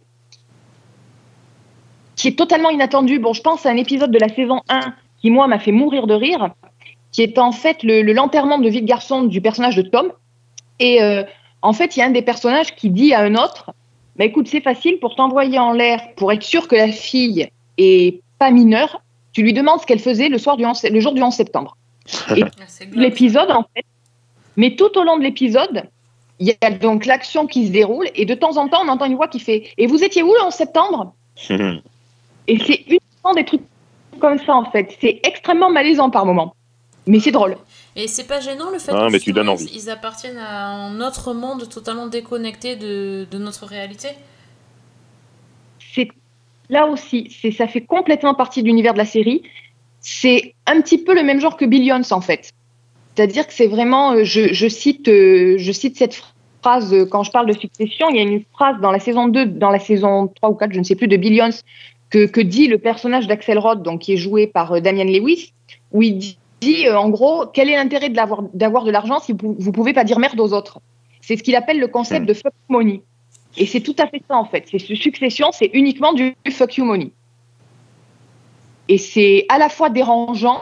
qui est totalement inattendu. Bon, je pense à un épisode de la saison un qui, moi, m'a fait mourir de rire, qui est en fait le, le l'enterrement de vie de garçon du personnage de Tom. Et euh, en fait, il y a un des personnages qui dit à un autre, bah, écoute, c'est facile, pour t'envoyer en l'air, pour être sûr que la fille est pas mineure, tu lui demandes ce qu'elle faisait le, soir du onze, le jour du onze septembre. Et l'épisode, en fait, mais tout au long de l'épisode, il y a donc l'action qui se déroule, et de temps en temps, on entend une voix qui fait « Et vous étiez où le onze septembre ?» Et c'est uniquement des trucs comme ça, en fait. C'est extrêmement malaisant par moments. Mais c'est drôle. Et c'est pas gênant le fait Ah, que mais tu donnes justement, envie. ils, ils appartiennent à un autre monde totalement déconnecté de, de notre réalité. C'est là aussi, c'est, ça fait complètement partie de l'univers de la série. C'est un petit peu le même genre que Billions, en fait. C'est-à-dire que c'est vraiment, euh, je, je, cite, euh, je cite cette phrase euh, quand je parle de Succession. Il y a une phrase dans la saison deux, dans la saison trois ou quatre, je ne sais plus, de Billions, que, que dit le personnage d'Axelrod, donc qui est joué par euh, Damian Lewis, où il dit, dit euh, en gros, quel est l'intérêt de l'avoir, d'avoir de l'argent si vous ne pouvez pas dire merde aux autres. C'est ce qu'il appelle le concept de fuck money. Et c'est tout à fait ça, en fait. C'est Succession, c'est uniquement du fuck you money. Et c'est à la fois dérangeant,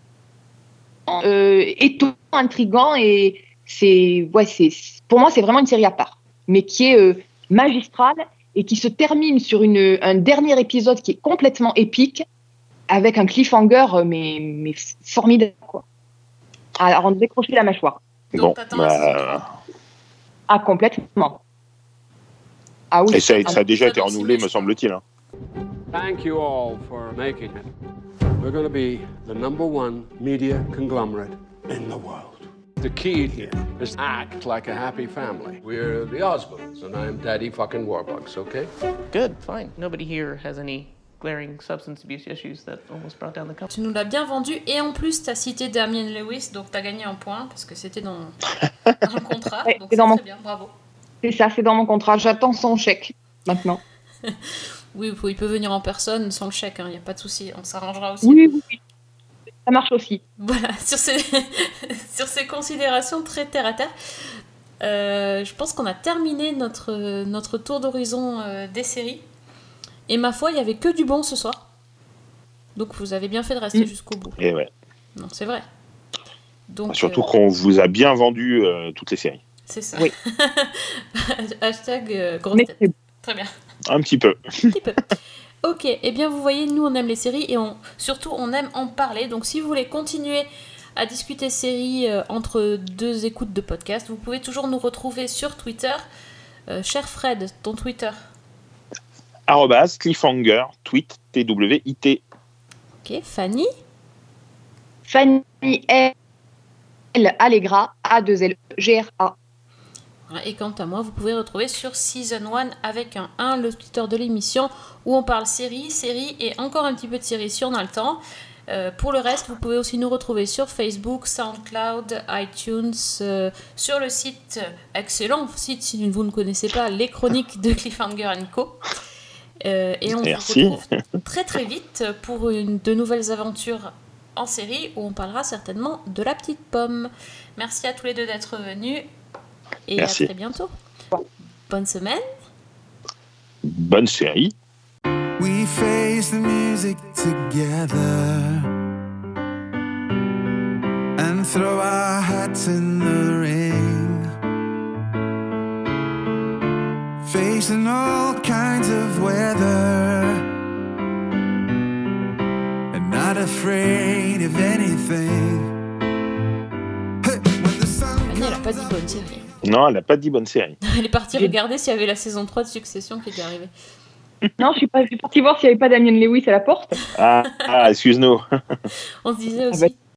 euh, étonnant, intriguant, et c'est, ouais, c'est, pour moi, c'est vraiment une série à part, mais qui est euh, magistrale et qui se termine sur une, un dernier épisode qui est complètement épique, avec un cliffhanger, mais, mais formidable, quoi. À en décrocher la mâchoire. Bon, bah... Ah, complètement. Ah oui. Et ça, Ah, ça a déjà été renouvelé, me semble-t-il. Hein. Thank you all for making it. We're going to be the number one media conglomerate in the world. The key here is act like a happy family. We're the Osmonds, and I'm Daddy fucking Warbucks, okay? Good, fine. Nobody here has any glaring substance abuse issues that almost brought down the company. Tu nous l'as bien vendu, et en plus, tu as cité Damian Lewis, donc tu as gagné un point, parce que c'était dans, dans le contrat. Ouais, donc c'est c'est dans mon- très bien, bravo. C'est ça, c'est dans mon contrat. J'attends son chèque, maintenant. Oui, il peut venir en personne sans le chèque, il n'y a pas de souci, on s'arrangera aussi. Oui, oui, oui. Ça marche aussi. Voilà, sur ces, sur ces considérations très terre-à-terre, euh, je pense qu'on a terminé notre, notre tour d'horizon euh, des séries. Et ma foi, il n'y avait que du bon ce soir. Donc vous avez bien fait de rester Mm. jusqu'au bout. Et ouais. Non, c'est vrai. Donc, Surtout euh, qu'on vous a bien vendu euh, toutes les séries. c'est ça. Oui. Hashtag euh, grosse Mais tête. c'est- Très bien. Un petit peu. Un petit peu. Ok, et eh bien vous voyez, nous on aime les séries et on, surtout on aime en parler. Donc si vous voulez continuer à discuter séries euh, entre deux écoutes de podcast, vous pouvez toujours nous retrouver sur Twitter. Euh, cher Fred, ton Twitter. Arrobas, cliffhanger, tweet, T W I T. Ok, Fanny. Fanny L. Allegra, A deux L G R A. Et quant à moi, vous pouvez retrouver sur Season un avec un un, le Twitter de l'émission, où on parle séries, séries et encore un petit peu de séries si on a le temps. Euh, pour le reste, vous pouvez aussi nous retrouver sur Facebook, SoundCloud, iTunes, euh, sur le site, euh, excellent site si vous ne connaissez pas, les chroniques de Cliffhanger and Co. Euh, et on Merci. vous retrouve très très vite pour une, de nouvelles aventures en série où on parlera certainement de la petite pomme. Merci à tous les deux d'être venus et Merci. à très bientôt. Bonne semaine. Bonne série. We face face the music together and throw our hats in the ring, facing all kinds of weather and not afraid of anything. Annie, elle a pas dit bonne série. Non, elle n'a pas dit bonne série. Elle est partie regarder s'il y avait la saison trois de Succession qui était arrivée. Non, je suis, pas, je suis partie voir s'il n'y avait pas Damien Lewis à la porte. Ah, ah excuse-nous. On se disait aussi. Ah bah,